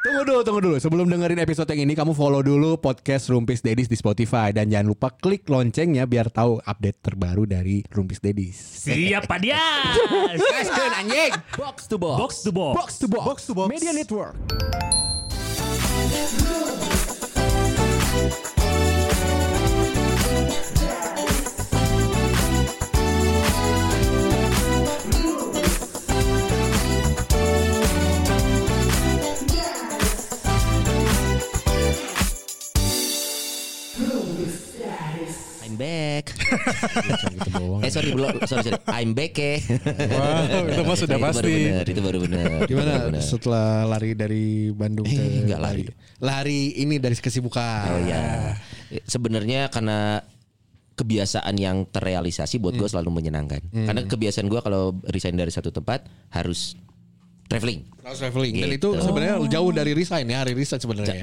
Tunggu dulu. Sebelum dengerin episode yang ini, kamu follow dulu podcast Rumpis Dedis di Spotify. Dan jangan lupa klik loncengnya biar tahu update terbaru dari Rumpis Dedis. Siap Pak Dias. Gaskeun anjing. Box to box. Box to box. Box to box. Box to box. Media Network. I'm back. Sorry. I'm back Wow, itu mah sudah pasti. Itu baru benar. Gimana setelah lari dari Bandung ke enggak lari. Lari ini dari kesibukan. Oh ya. Sebenarnya karena kebiasaan yang terrealisasi buat gue selalu menyenangkan. Karena kebiasaan gue kalau resign dari satu tempat harus traveling. Dan Gitu. itu sebenarnya jauh dari resign ya, hari resign sebenarnya.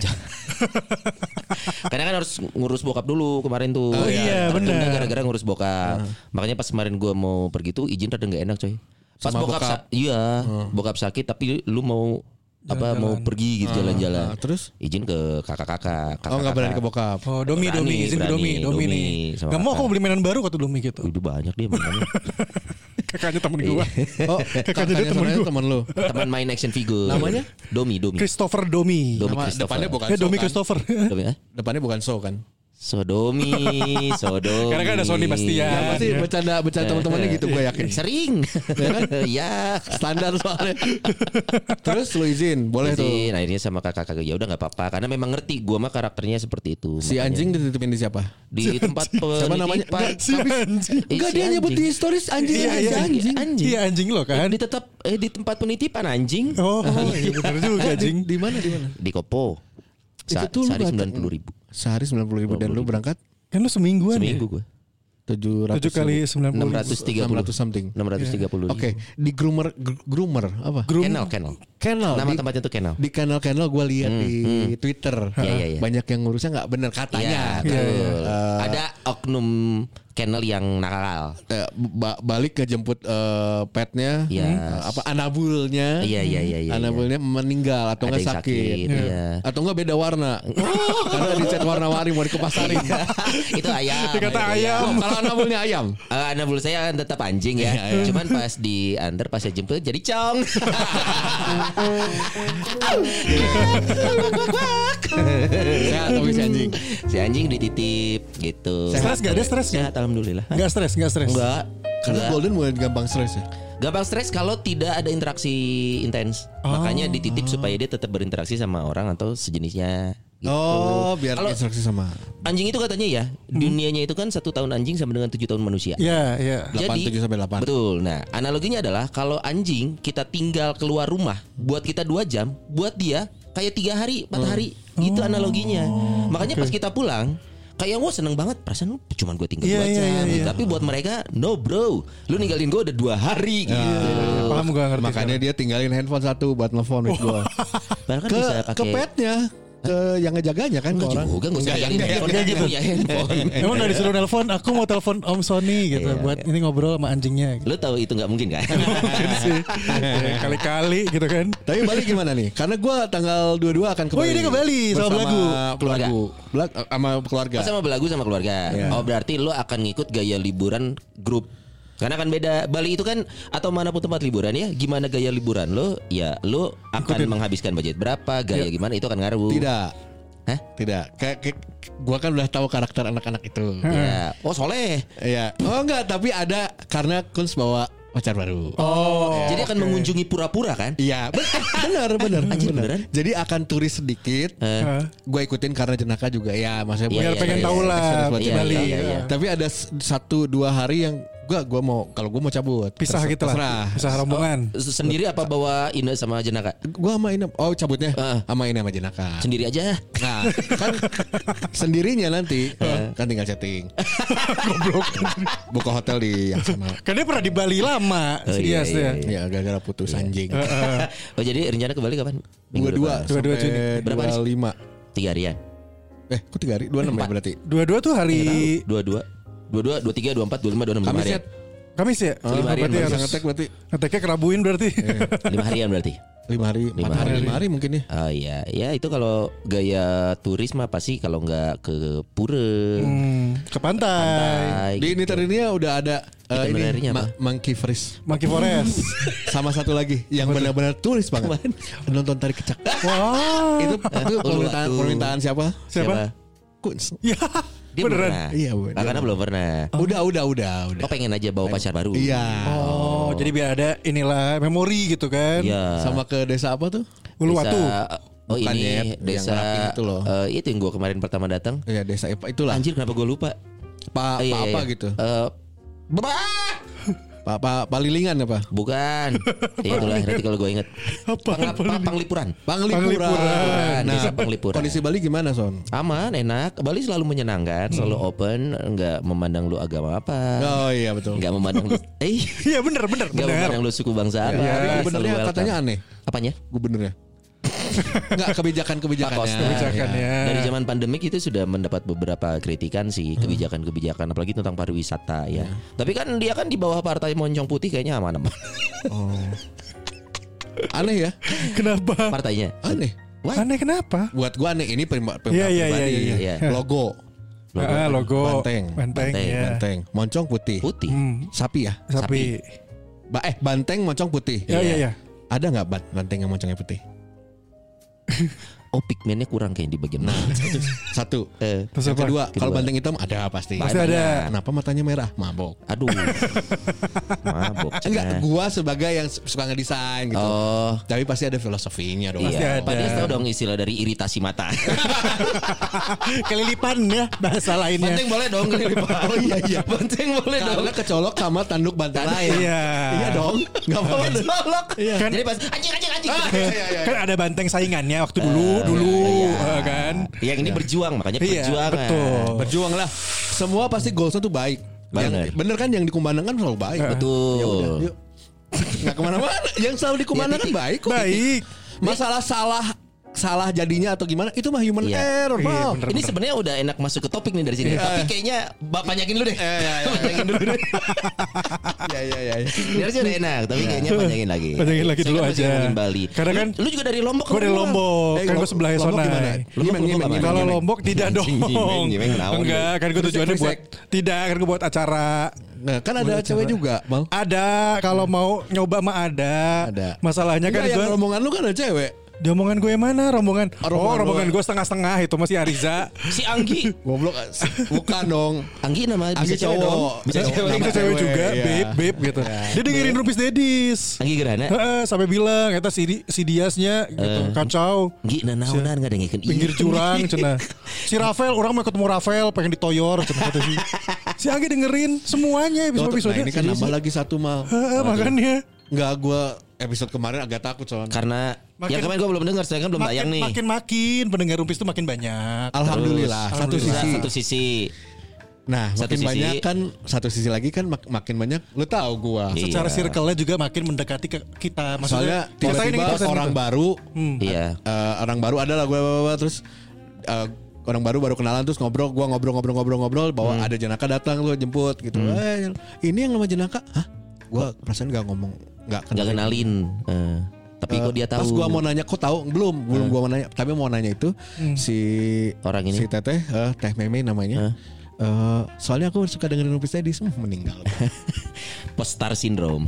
Karena kan harus ngurus bokap dulu kemarin tuh. Oh iya, benar. Gara-gara ngurus bokap. Makanya pas kemarin gue mau pergi tuh izin rada nggak enak coy. Pas Sama bokap bokap sakit tapi lu mau mau pergi gitu jalan-jalan. Terus izin ke kakak-kakak. oh nggak berani ke bokap. Oh, Domi, izin ke Domi nih. Sama Gak mau kakak. aku beli mainan baru kata Domi gitu. Udah banyak dia mainannya. Kakaknya temen gue. Oh kakaknya teman lu. Teman main action figure. Namanya? Domi. Christopher Domi. Domi Nama Christopher. depannya bukan Domi so kan? Christopher. Domi, Depannya bukan so kan? Sodomi. Karena kan ada Sony Bastian. Ya, pasti bercanda teman-temannya gitu gue yakin. Sering. Ya. Standar soalnya. Terus lu izin, boleh tuh. Izin, akhirnya sama kakak-kakak ya udah nggak apa-apa karena memang ngerti gue mah karakternya seperti itu. Si Makanya anjing dititipin di siapa? di tempat Siapa namanya? penitipan. Si anjing. Enggak dia nyebut di stories anjing. Anjing. Iya anjing lo kan. Di tempat penitipan anjing. Oh iya bener juga anjing. Di mana? Di Kopo. Itu tuh lu Sehari datang. 90.000. Sehari 90.000 dan lu berangkat Kan lu semingguan Seminggu gue. 700 7 kali 90. 630 something. 630. Oke, di groomer apa? Kennel. Channel. Nama tempatnya tuh Kennel. Di channel gue lihat di Twitter. Iya. Banyak yang ngurusnya nggak bener katanya. Iya, betul. Ada oknum Kennel yang nakal. Balik ngejemput petnya, Yes. anabulnya. Iya. Anabulnya meninggal atau Ada nggak yang sakit. iya. Atau nggak beda warna. Karena dicat warna-warni mau dikepasarin. Itu ayam. Dikata ayam. Kalau anabulnya ayam. Anabul saya tetap anjing ya. Cuman pas diantar pas saya jemput jadi cong. Sehat tapi si anjing. Si anjing dititip gitu. Stres gak? Dia stres Sehat gak? alhamdulillah. Gak stres. Enggak. Karena golden mulai gampang stres ya. Gampang stres kalau tidak ada interaksi intens. Makanya dititip supaya dia tetap berinteraksi sama orang atau sejenisnya. Gitu. Oh, biar Kalau instruksi sama. anjing itu katanya ya, dunianya itu kan 1 tahun anjing sama dengan 7 tahun manusia. Iya. 7 sampai 8. Betul. Nah, analoginya adalah kalau anjing kita tinggal keluar rumah buat kita 2 jam, buat dia kayak 3 hari, 4 hari. Gitu analoginya. Makanya pas kita pulang, kayak wah seneng banget, perasaan lu cuman gue tinggal 2 jam. Tapi buat mereka, no bro, lu ninggalin gue udah 2 hari gitu. Paham gue ngerti. Makanya dia tinggalin handphone 1 buat nelfon with gua. Padahal kan bisa Ke pakai petnya, ke yang ngejaganya kan ke orang. juga nggak usah tinggalin handphone, enggak dia gitu. punya handphone. Emang gak disuruh nelpon, aku mau telepon Om Sony gitu buat ini ngobrol sama anjingnya. Lu tahu itu nggak mungkin kan? Mungkin sih. Kali-kali gitu kan. Tapi balik gimana nih? Karena gua tanggal 22 akan ke Oh Bali. iya dia ke Bali sama Belagu. Keluarga. Sama keluarga. Oh, sama belagu sama keluarga. Oh berarti lu akan ngikut gaya liburan grup. Karena kan beda. Bali itu kan atau manapun tempat liburan ya, gimana gaya liburan lo, ya lo akan menghabiskan budget berapa, gaya gimana itu akan ngaruh. Tidak. Hah? Tidak. Kayak gua kan udah tahu karakter anak-anak itu. Ya. Oh soleh. Iya. Oh enggak, tapi ada karena Kunz bawa pacar baru. Jadi akan mengunjungi pura-pura kan? Iya, benar. Anjir, beneran? Jadi akan turis sedikit. Gue ikutin karena jenaka juga ya, maksudnya Biar pengen tahu lah buat Iya, Bali. iya. Tapi ada 1-2 hari yang gue mau cabut Pisah gitu lah. Pisah rombongan. Sendiri apa bawa Ine sama Jenaka? Gue sama Ina. Oh cabutnya sama Ina sama Jenaka. Sendiri aja. Nah kan sendirinya nanti kan tinggal chatting. Goblok. Buka hotel di yang sama. Kan dia pernah di Bali lama. Oh, Si iya, Dias ya. Ya gara-gara putus anjing. Oh jadi rencana ke Bali kapan? Minggu 22 depan. 22 Juni. Berapa hari? 25. 3 harian. Kok 3 hari? 26 ya berarti. Dua-dua tuh hari 22, 23, 24, 25, 26, 5 Kamis ya? harian. Kamis ya. 5 harian Berarti Bisa harus ngetek berarti. ngeteknya kerabuin berarti. 5 harian berarti. 5 hari, 4 hari, 5 hari mungkin ya. Oh iya, ya itu kalau gaya turis mah pasti kalau nggak ke pura, Ke pantai. Di Niternia udah ada Itinerary-nya apa? Monkey Freeze. Monkey Forest. Sama satu lagi yang benar-benar turis banget. Nonton tarik kecak. Wah. Itu permintaan siapa? Siapa? Kunz. Ya. Dia Beneran. pernah. Iya, bener. Karena belum pernah. Udah. Oh pengen aja bawa pacar baru. Iya. Oh, jadi biar ada inilah memori gitu kan. Iya. Sama ke desa apa tuh? Uluwatu. Oh Bukan, ini Yep, yang desa Merapi itu loh. itu yang gue kemarin pertama datang. Iya, desa itulah. Anjir kenapa gue lupa? Pak Iya, apa iya. gitu. Bah! Pak Lilingan apa? Bukan. Ya itulah nanti kalau gue inget. Panglipuran. Panglipuran. Desa Panglipuran. Kondisi Bali gimana, Son? Aman, enak. Bali selalu menyenangkan, selalu open, nggak memandang lu agama apa, Oh iya betul. nggak memandang lu, Iya bener. nggak memandang lu suku bangsa apa. Tapi selalu gubernurnya welcome. katanya aneh. Apanya? Gubernurnya. Enggak kebijakannya. Pakos. Kebijakannya. Dari zaman pandemik itu sudah mendapat beberapa kritikan sih kebijakan-kebijakan apalagi tentang pariwisata ya. Tapi kan dia kan di bawah partai Moncong Putih kayaknya aman-aman. Aneh ya? Kenapa? Partainya. Aneh. Wah, Aneh kenapa? Buat gua aneh ini Iya. pribadi. iya. Logo. Logo. Banteng. Banteng. Ya. Banteng. Moncong putih. putih. Sapi ya? Sapi. Banteng moncong putih. Iya. Ada nggak banteng yang moncongnya putih? Oh pigmennya kurang kayak di bagian Nah, satu. Terus Yang apa? kedua, kalau banteng hitam ada pasti. Pasti ada. Kenapa matanya merah? Mabok. Aduh. Mabok. Enggak, gua sebagai yang suka ngedesain gitu. Oh. Tapi pasti ada filosofinya dong. Pasti Iya, ada. Pak Dias tahu dong istilah dari iritasi mata. Kelilipan ya bahasa lainnya. Banteng boleh dong kelilipan. Oh iya. Banteng boleh dong. Karena kecolok sama tanduk banteng lain. Iya. Iya dong. Enggak apa-apa. Colok. Kan- Jadi pas anjing. Kan ada banteng saingannya waktu dulu kan. Yang ini berjuang makanya Iya, perjuangan. betul. Berjuang lah. Semua pasti goalsnya tuh baik. Bener kan yang dikumandangkan selalu baik. Betul. Ya udah, yuk. Nggak kemana-mana. Yang selalu dikumandangkan Ya, baik kok. Baik. Masalah salah jadinya atau gimana itu mah human Iya. error. Iya, Mal. bener. Ini sebenarnya udah enak masuk ke topik nih dari sini. Tapi kayaknya panjangin dulu deh. Panjangin dulu deh. Ya. Ini harusnya udah enak, tapi kayaknya panjangin lagi. Panjangin lagi Saya dulu kan masih aja. ngomongin Bali. Karena kan lu juga dari Lombok. gue dari Lombok, kan gue Lombok sebelahnya gimana? Sonai. Lombok Gimeng. Kalau Lombok tidak dong. Gimeng, naon. Enggak, kan gue tujuannya buat tidak, kan gue buat acara. Nah, kan ada cewek juga, Mal. Ada, kalau mau nyoba mah ada. Ada. Masalahnya kan Enggak, yang gue rombongan lu kan ada cewek. di omongan gue yang mana? Rombongan. Rombongan Rombongan gue setengah-setengah itu masih Ariza. Si Anggi. Goblok. Bukan dong. Anggi nama bisa Anggi cewek cowok. dong. Bisa Cowok. cewek. Itu cewek juga, Iya. babe gitu. Dia dengerin Rumpis Dedis. Anggi Gerhana. Sampai bilang eta si Diasnya gitu, kacau. Anggi nanaonan enggak dengekeun ieu. Pinggir jurang cenah. Si Rafael, orang mau ketemu Rafael pengen ditoyor cenah kata si Anggi dengerin semuanya Nah, episode-episode. ini kan nambah lagi satu, Mal. Makanya Enggak, gua episode kemarin agak takut soalnya. Karena Makin- yang kemarin gue belum dengar, saya kan belum tayang nih. makin pendengar Rumpis tuh makin banyak. Alhamdulillah, satu Alhamdulillah. sisi. Satu sisi. Nah, Satu makin sisi. banyak kan satu sisi lagi kan makin banyak lu tahu gua. Iya. Secara circle-nya juga makin mendekati ke kita. Soalnya Maksudnya tiba-tiba orang baru Iya. orang baru adalah gua terus orang baru kenalan terus ngobrol bahwa ada Jenaka datang lu jemput gitu. Ini yang nama Jenaka? Hah? Gua perasaan enggak ngomong enggak Gak kenalin. Tapi kok dia tahu. Pas gua mau nanya kok tahu belum gua mau nanya tapi mau nanya itu si Orang ini? si Teteh Teh Meme namanya. Soalnya aku suka dengerin Rumpis Dedis meninggal. Post-star syndrome.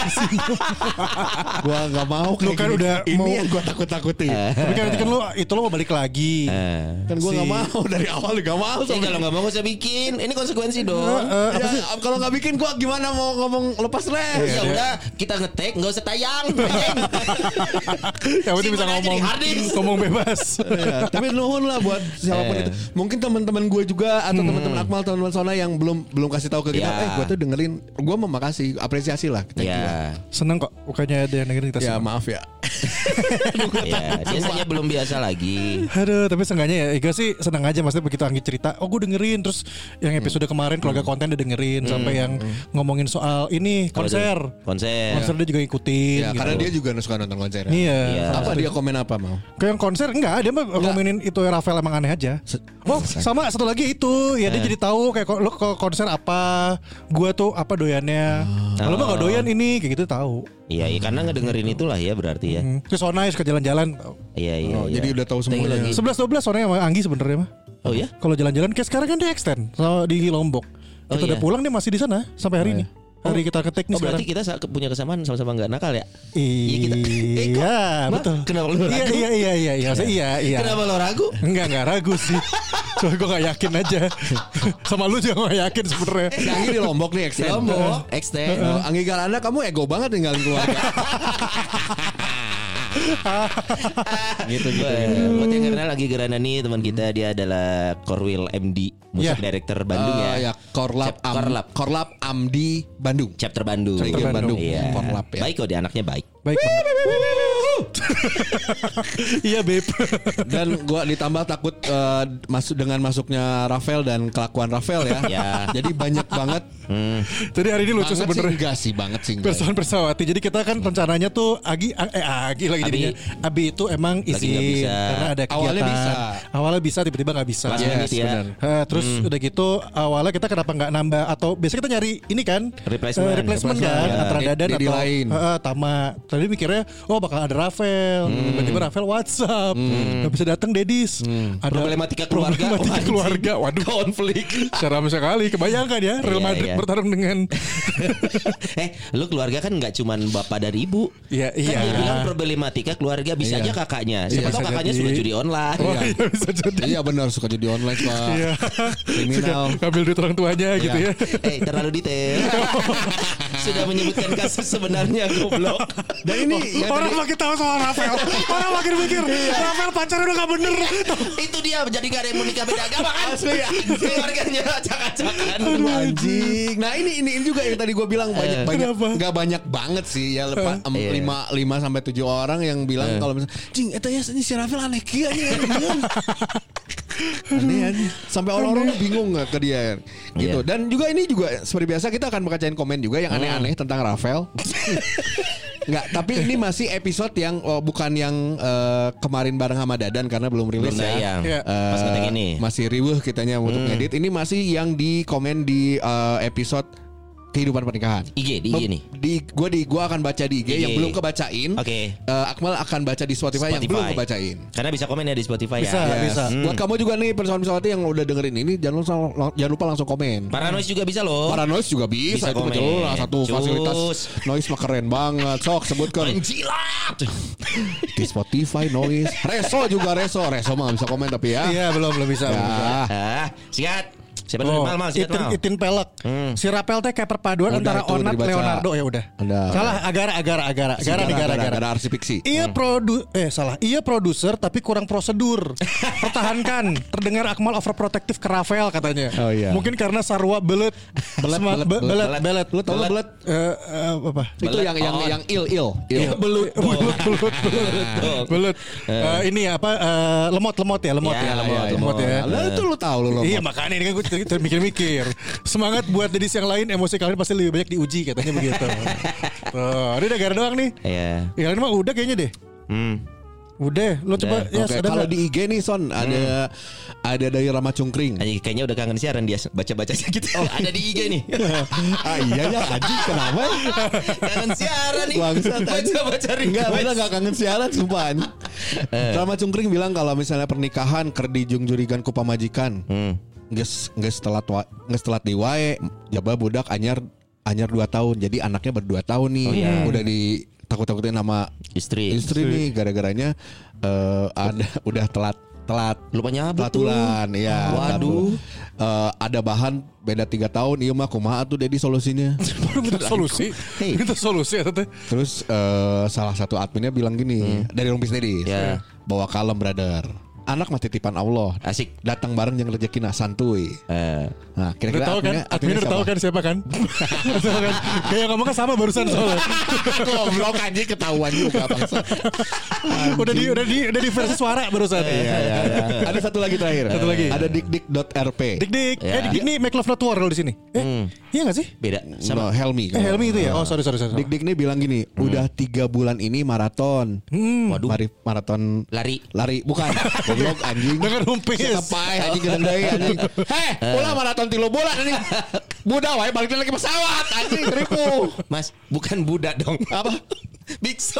Gua nggak mau Lu kayak kan gini. udah Ini mau- yang gua takut-takutin. Tapi kan nanti kan lu mau balik lagi. Kan gua nggak mau dari awal nggak mau. Ya, kalau nggak mau saya bikin. Ini konsekuensi dong. Ya, kalau nggak bikin gua gimana mau ngomong lepas les? Ya udah kita ngetek nggak usah tayang. Anjing. Yang penting bisa Simpan aja di hard disk. ngomong bebas. Ya, tapi nuhun lah buat siapapun itu. Mungkin teman-teman gue juga atau teman-teman Akmal, teman-teman Sona yang belum kasih tahu ke kita. Ya. Gue tuh dengerin. Gue mau makasih, apresiasi lah. Thank you lah. Ya. Seneng kok, bukannya ada yang dengerin kita Ya seneng. maaf ya. Ya, biasanya belum biasa lagi. Aduh, tapi seenggaknya ya Iga sih senang aja maksudnya begitu Anggi cerita, oh gue dengerin, terus yang episode kemarin keluarga konten dia dengerin sampai yang ngomongin soal ini konser. Konser. Konser dia juga ikutin Ya, gitu. karena dia juga suka nonton konser. Ya. Iya. Iya. Apa dia komen apa mau? Kayak yang konser enggak, dia mah ngomongin itu Rafael emang aneh aja. Oh, sama satu lagi itu, ya dia jadi tahu kayak lo ke konser apa, gua tuh apa doyannya. Kalau mah gak doyan ini kayak gitu tahu. Iya, karena ngedengerin itulah ya berarti ya. Terus Onai suka jalan-jalan. Iya. Jadi udah tahu semuanya. 11-12 Onai sama Anggi sebenarnya mah. Oh ya? Kalau jalan-jalan kayak sekarang kan dia extend di Lombok. Oh, Kita udah iya. pulang dia masih di sana sampai hari ini. Hari kita ketik nih Oh berarti sekarang. kita punya kesamaan sama-sama nggak nakal ya? Iya, betul. Kenapa lu ragu? Iya. Maksudnya iya. Kenapa lo ragu? Enggak ragu sih. Cuma gue gak yakin aja. Sama lu juga gak yakin sebenarnya. Si Anggi di Lombok nih extend. Lombok, extend. Anggi Galanda kamu ego banget ninggalin keluarga. gitu. Buat yang kenal lagi Gerana nih teman kita, dia adalah Korwil MD, Music Director Bandung ya. Korlap Amdi Bandung. Chapter Bandung. Chapter Bandung. Iya. Korlap ya. Baik kok dia, anaknya baik. Baik. Iya Beb. Dan gua ditambah takut masuknya Rafael dan kelakuan Rafael ya. Ya. Jadi banyak banget. Jadi hari ini lucu sebenarnya. Enggak sih banget sih. Persoalan Persawati. Jadi kita kan rencananya tuh Agi lagi jadinya. Abi itu emang Lagi nggak izin bisa. karena ada kegiatan. Awalnya bisa tiba-tiba nggak bisa. Last minute ya. Terus udah gitu awalnya kita kenapa nggak nambah atau biasanya kita nyari ini kan Replacement kan ya. antara Dadan Di atau lain. Tama. Tadi mikirnya bakal ada Rafael. Tiba-tiba Rafael WhatsApp nggak bisa datang Dedis. Ada Problematika keluarga. Waduh, konflik. seram sekali. Kebayangkan ya Real Madrid bertarung dengan Lu keluarga kan nggak cuman bapak dan ibu. Iya. Kan dia bilang problematika keluarga bisa aja kakaknya. Siapa tahu kakaknya sudah judi online. Iya bisa jadi. Iya benar suka judi online Pak. Iya. Kriminal. Ngambil duit orang tuanya gitu ya. Terlalu detail. Sudah menyebutkan kasus sebenarnya goblok. Dan ini Orang makin tahu soal Rafael. Orang makin mikir Rafael pacarnya udah gak bener. Itu dia jadi gak ada yang mau nikah beda agama kan. Keluarganya acak-acakan. anjing. Nah ini juga yang tadi gue bilang banyak nggak banyak banget sih ya 5 sampai 7 orang yang bilang kalau misalnya cing eta ya si Rafael aneh kia nya aneh sampai orang-orang bingung ke dia gitu. Dan juga ini juga seperti biasa kita akan bacain komen juga yang aneh-aneh tentang Rafael. Enggak, tapi ini masih episode yang bukan yang kemarin bareng sama Dadan karena belum rilis ya. Pas ngetek ini. Masih riweuh kitanya untuk ngedit. Ini masih yang di komen di episode kehidupan pernikahan. IG nih. Gua akan baca di IG yang belum kebacain. Oke. Akmal akan baca di Spotify yang belum kebacain. Karena bisa komen ya di Spotify Bisa. Buat kamu juga nih pesawat-pesawat yang udah dengerin ini jangan lupa langsung komen. Paranoid juga bisa loh. Paranoid juga bisa itu komen. betul lah satu Cus. fasilitas noise mah keren banget. Sok sebutkan. Jilat. Di Spotify noise. Reso mah gak bisa komen tapi ya. Iya belum bisa. Sikat. Siapa dulu mal Itin pelek. Si Rafael teh kayak perpaduan Udah, antara itu Onat dibaca. Leonardo ya udah. Salah agara. arsipiksi. Iya produser tapi kurang prosedur. Pertahankan. Terdengar Akmal overprotective ke Rafael katanya. Oh, iya. Mungkin karena Sarwa belet. Lu tau belet? Apa? Itu yang il. Belut. Ini apa? Lemot ya. Lemot ya. Lah itu lu tahu lu. Iya makanya ini kan gue mikir-mikir. Semangat buat dedis yang lain, emosi kalian pasti lebih banyak diuji katanya begitu. Ini udah gara doang nih. Iya. Yang lain mah udah kayaknya deh. Udah, lo coba ya Kalau di IG nih Son ada dari Rama Cungkring. Kayaknya udah kangen siaran dia baca-bacanya gitu. Ada di IG nih. Iya ya anjing kenapa? Kangen siaran nih. Baca-baca enggak kangen siaran sumpah. Rama Cungkring bilang kalau misalnya pernikahan keur dijungjurigan ku pamajikan. Geus telat di wae jaba budak anyar 2 tahun. Jadi anaknya ber2 tahun nih. Udah ditakut-takutin sama istri nih gara-garanya udah telat lupa nyabut tulan ya. Waduh. Ada bahan beda 3 tahun. Iya mah kumaha tuh Dedi solusinya. Minta solusi ya teh. Terus salah satu adminnya bilang gini dari Rumpis Dedi. Bawa kalem brother. Anak mah titipan Allah. Asik. Datang bareng yang rezekina santuy. Nah, kira-kira admin udah tahu kan siapa kan? Kayak ngomong kan sama barusan soalnya. Goblok anjing ketahuan juga bangsa. Udah di versi suara barusan. Iya. Ada satu lagi terakhir. Ada dikdik.rp. Dik. Dik nih make love not war kalau di sini. Iya enggak sih? Beda sama Helmi. Helmi itu ya. Oh, sorry. Dik nih bilang gini, udah 3 bulan ini maraton. Waduh. Maraton lari bukan. Goblok anjing. Dengan rumpis. Kepai anjing geus deui anjing. Ulah maraton 3 bulan anjing. Budak wae balik lagi pesawat anjing 1000. Mas, bukan budak dong. Apa? Biksu.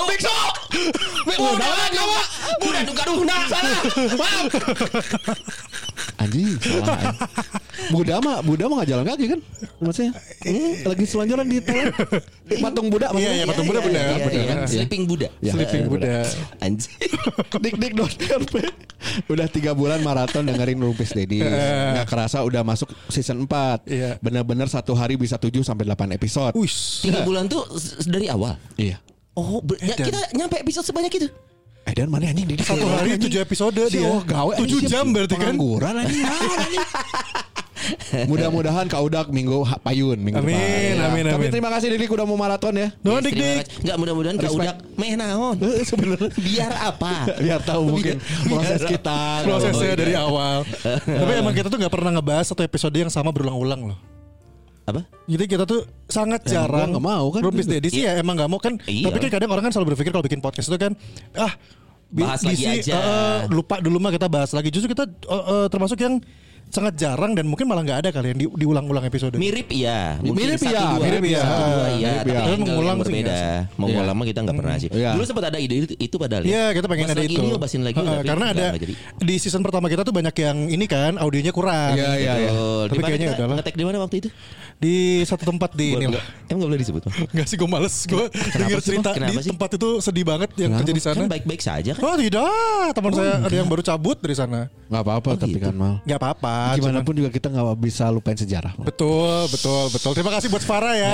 Budak duka salah. Maaf. Anjing salah. Buddha mah nggak jalan kaki kan? Maksudnya lagi selonjoran di telan. Patung Buddha maksudnya. Iya, patung Buddha benar. Sleeping Buddha. Sleeping Buddha. Anjing. Dik.rp udah 3 bulan maraton dengerin Rumpis Dedis. Nggak kerasa udah masuk season 4. Iya. Bener-bener satu hari bisa 7 sampai 8 episode. 3 bulan tuh dari awal. Iya. Oh, kita nyampe episode sebanyak itu. Dan mana anjing Dedis? Satu hari 7 episode dia. Oh, gawe 7 jam berarti kan. Pengangguran anjing. Mudah-mudahan Kak Udak minggu payun minggu depan. Amin. Tapi terima kasih Dik udah mau maraton ya. Dik. Enggak, mudah-mudahan Kak Udak meh naon. Sebenarnya Biar apa? biar tahu mungkin proses kita. Prosesnya dari awal. Tapi emang kita tuh nggak pernah ngebahas satu episode yang sama berulang-ulang loh. Apa? Jadi kita tuh sangat jarang. Gua nggak mau kan. Rumpis Dedis sih ya emang nggak mau kan. Iya. Tapi kan kadang orang kan selalu berpikir kalau bikin podcast itu kan Bahas lagi aja. lupa dulu mah kita bahas lagi. Justru kita termasuk yang sangat jarang dan mungkin malah nggak ada kali yang diulang-ulang episode. Mirip iya. Mirip Satu, iya, dua, mirip iya. satu, dua, iya. Mirip Tapi iya. Tapi angle mengulang yang sih berbeda. nggak Mengulang mah kita nggak pernah sih. Iya. Dulu sempat ada ide itu padahal. Iya, kita pengen Pas ada lagi itu. ini nyobasin lagi, tapi Karena ada nggak jadi. di season pertama kita tuh banyak yang ini kan audionya kurang. Iya. Betul. Tapi Di mana kayaknya kita udahlah. ngetek di mana waktu itu? Di satu tempat di ini lah. Emang nggak boleh disebut? Bang? Enggak sih, gue males. Gue denger sih, cerita Bang? Kenapa di sih? tempat itu sedih banget yang kerja di sana. Kan baik-baik saja kan? Oh tidak, teman saya ada yang baru cabut dari sana. Nggak apa-apa tapi gitu. kan mal. Nggak apa-apa. Gimana cuman- pun juga kita nggak bisa lupain sejarah. Betul. Terima kasih buat Farah ya.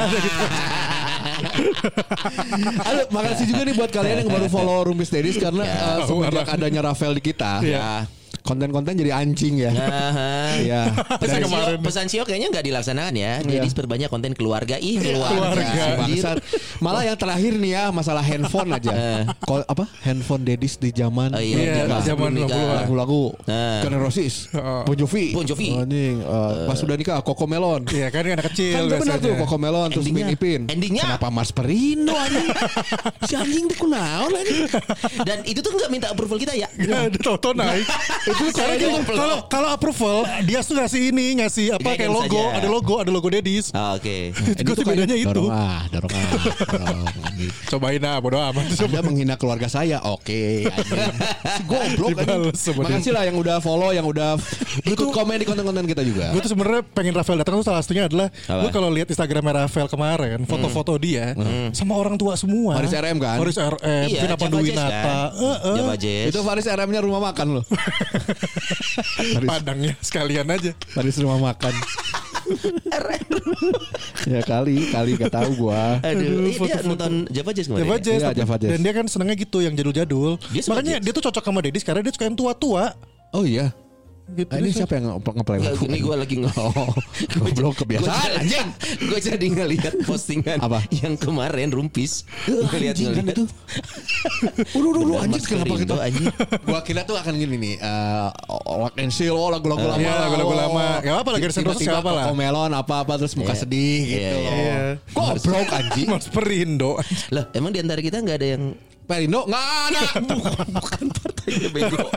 Halo, makasih juga nih buat kalian yang baru follow Rumpis Dedis karena semenjak adanya Rafael di kita, Ya. konten-konten jadi anjing ya. Iya. Pesan Sio kayaknya nggak dilaksanakan ya. Jadi perbanyak konten keluarga. Keluarga. Bangsat. Malah yang terakhir nih ya masalah handphone aja. Handphone Dedis di zaman Oh Iya, iya, zaman 60-an. lagu-lagu Nah. Generosis, Bon Jovi. Bon Jovi. Anjing, pas sudah nikah Koko Melon. Iya kan anak kecil Kan benar tuh biasanya. Koko Melon terus Endingnya- Min Ipin. endingnya- Kenapa Mars Perindo anjing? Si anjing tuh kunaon anjing. Dan itu tuh nggak minta approval kita ya. Ya, ada tau naik. Itu Saya karena goblok. kalau approval dia tuh ngasih apa kayak Guidance logo, aja. ada logo Dedis. Oke. Gue sih bedanya itu. Dorong anjing. Cobain bodo amat. Anda menghina keluarga saya. Oke, anjing. Si goblok anjing. Dibales sama dia. Makasih lah yang udah follow, yang udah ikut komen di konten-konten kita juga. Gue tuh sebenarnya pengen Rafael datang tuh salah satunya adalah Apa? gue kalau lihat Instagramnya Rafael kemarin foto-foto dia sama orang tua semua. Faris RM kan? Faris RM, Iya, Vina Panduwinata. Java Jazz. Itu Faris RM-nya rumah makan loh. Padangnya sekalian aja. Faris rumah makan. Ya kali gak tahu gua. Aduh, dia foto-foto. nonton Java Jazz kemarin. Java ya? Jazz, Iya, tapi- Java Jazz. dan dia kan senengnya gitu yang jadul-jadul. Dia suka Makanya jazz. dia tuh cocok sama Dedis karena dia suka yang tua-tua. Oh iya. Gitu. Ini siapa yang ngeplay Nggak, lagu? ini gue lagi Goblok kebiasaan, anjing. Gue jadi ngelihat postingan Apa? yang kemarin Rumpis. Anjing kan itu. Udah anjing kenapa kita? Anjing. Gua kira tuh akan gini nih. Lock and Seal, lagu-lagu lama. Iya, lagu-lagu lama. Gak apa-apa lah, Guns N' Roses gak apa lah. Melon apa-apa terus muka Iya. sedih gitu. Iya. Goblok anjing. Mas Perindo. Lah, emang di antara kita nggak ada yang Perindo nggak ada. bukan partainya bego.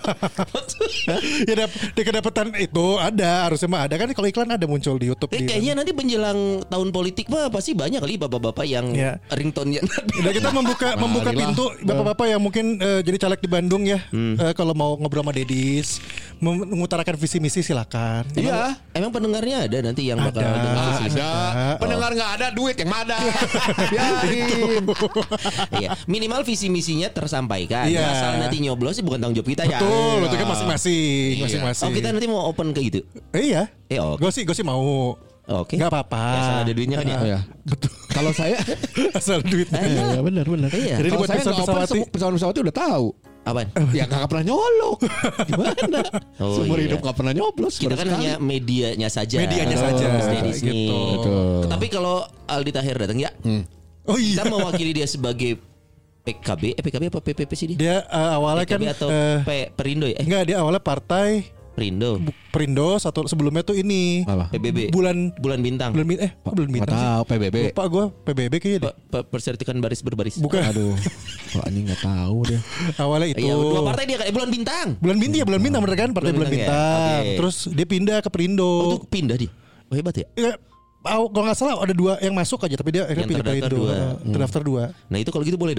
Ya dia kedapetan itu ada, harusnya mah ada kan kalau iklan ada muncul di YouTube. Kayaknya nanti menjelang tahun politik mah pasti banyak kali bapak-bapak yang Iya. ringtone-nya. Udah kita membuka Marilah. pintu bapak-bapak yang mungkin jadi caleg di Bandung ya. Kalau mau ngobrol sama Dedis, mengutarakan visi misi silakan. Iya. Emang pendengarnya ada nanti yang bakal Ada. dengar visi misi? Ada. Pendengar nggak ada, duit yang ada. Biarin. Iya, minimal visi misinya tersampaikan. Iya. Asal nanti nyoblos sih bukan tanggung jawab kita ya. Betul, itu kan masing-masing, masing-masing. Oh, kita nanti mau open ke gitu. Iya. Oke. Gue sih mau. Oke. Gak apa-apa. Ya, asal ada duitnya kan ya. Oh, ya. Betul. Kalau saya Asal duitnya. ya benar. Iya. Jadi Kalau buat saya nggak open, pesawat-pesawati. pesawat-pesawatnya udah tahu. Apaan? Ya nggak pernah nyolok. Gimana? Oh, Seumur iya. hidup nggak pernah nyoblos. Kita baru kan sekali. hanya medianya saja. Medianya saja, Mas Dedis gitu. nih. Betul. Tapi kalau Aldi Tahir datang ya, Oh iya. kita mewakili dia sebagai PKB, PKB apa PPP sih dia? Dia awalnya kan PKB atau Perindo ya? enggak, dia awalnya partai Perindo, Perindo, satu sebelumnya tuh ini. Apa? PBB, Bulan Bintang, kok bulan Nggak bintang sih? tahu PBB. Lupa gue PBB kayaknya deh. Persertifikan baris berbaris. Bukan. Aduh. Kok anjing nggak tahu deh. Awalnya itu. Iya, dua partai dia kan Bulan Bintang. Bulan bintang bener kan? Partai Bulan bulan Bintang ya? bintang. Oke. Terus dia pindah ke Perindo. Oh, tuh pindah dia. Oh, hebat ya. Ya, kalau nggak salah ada 2 yang masuk aja, tapi dia akhirnya Yang pilih terdaftar Perindo. 2. Terdaftar 2. Nah, itu kalau gitu boleh dong.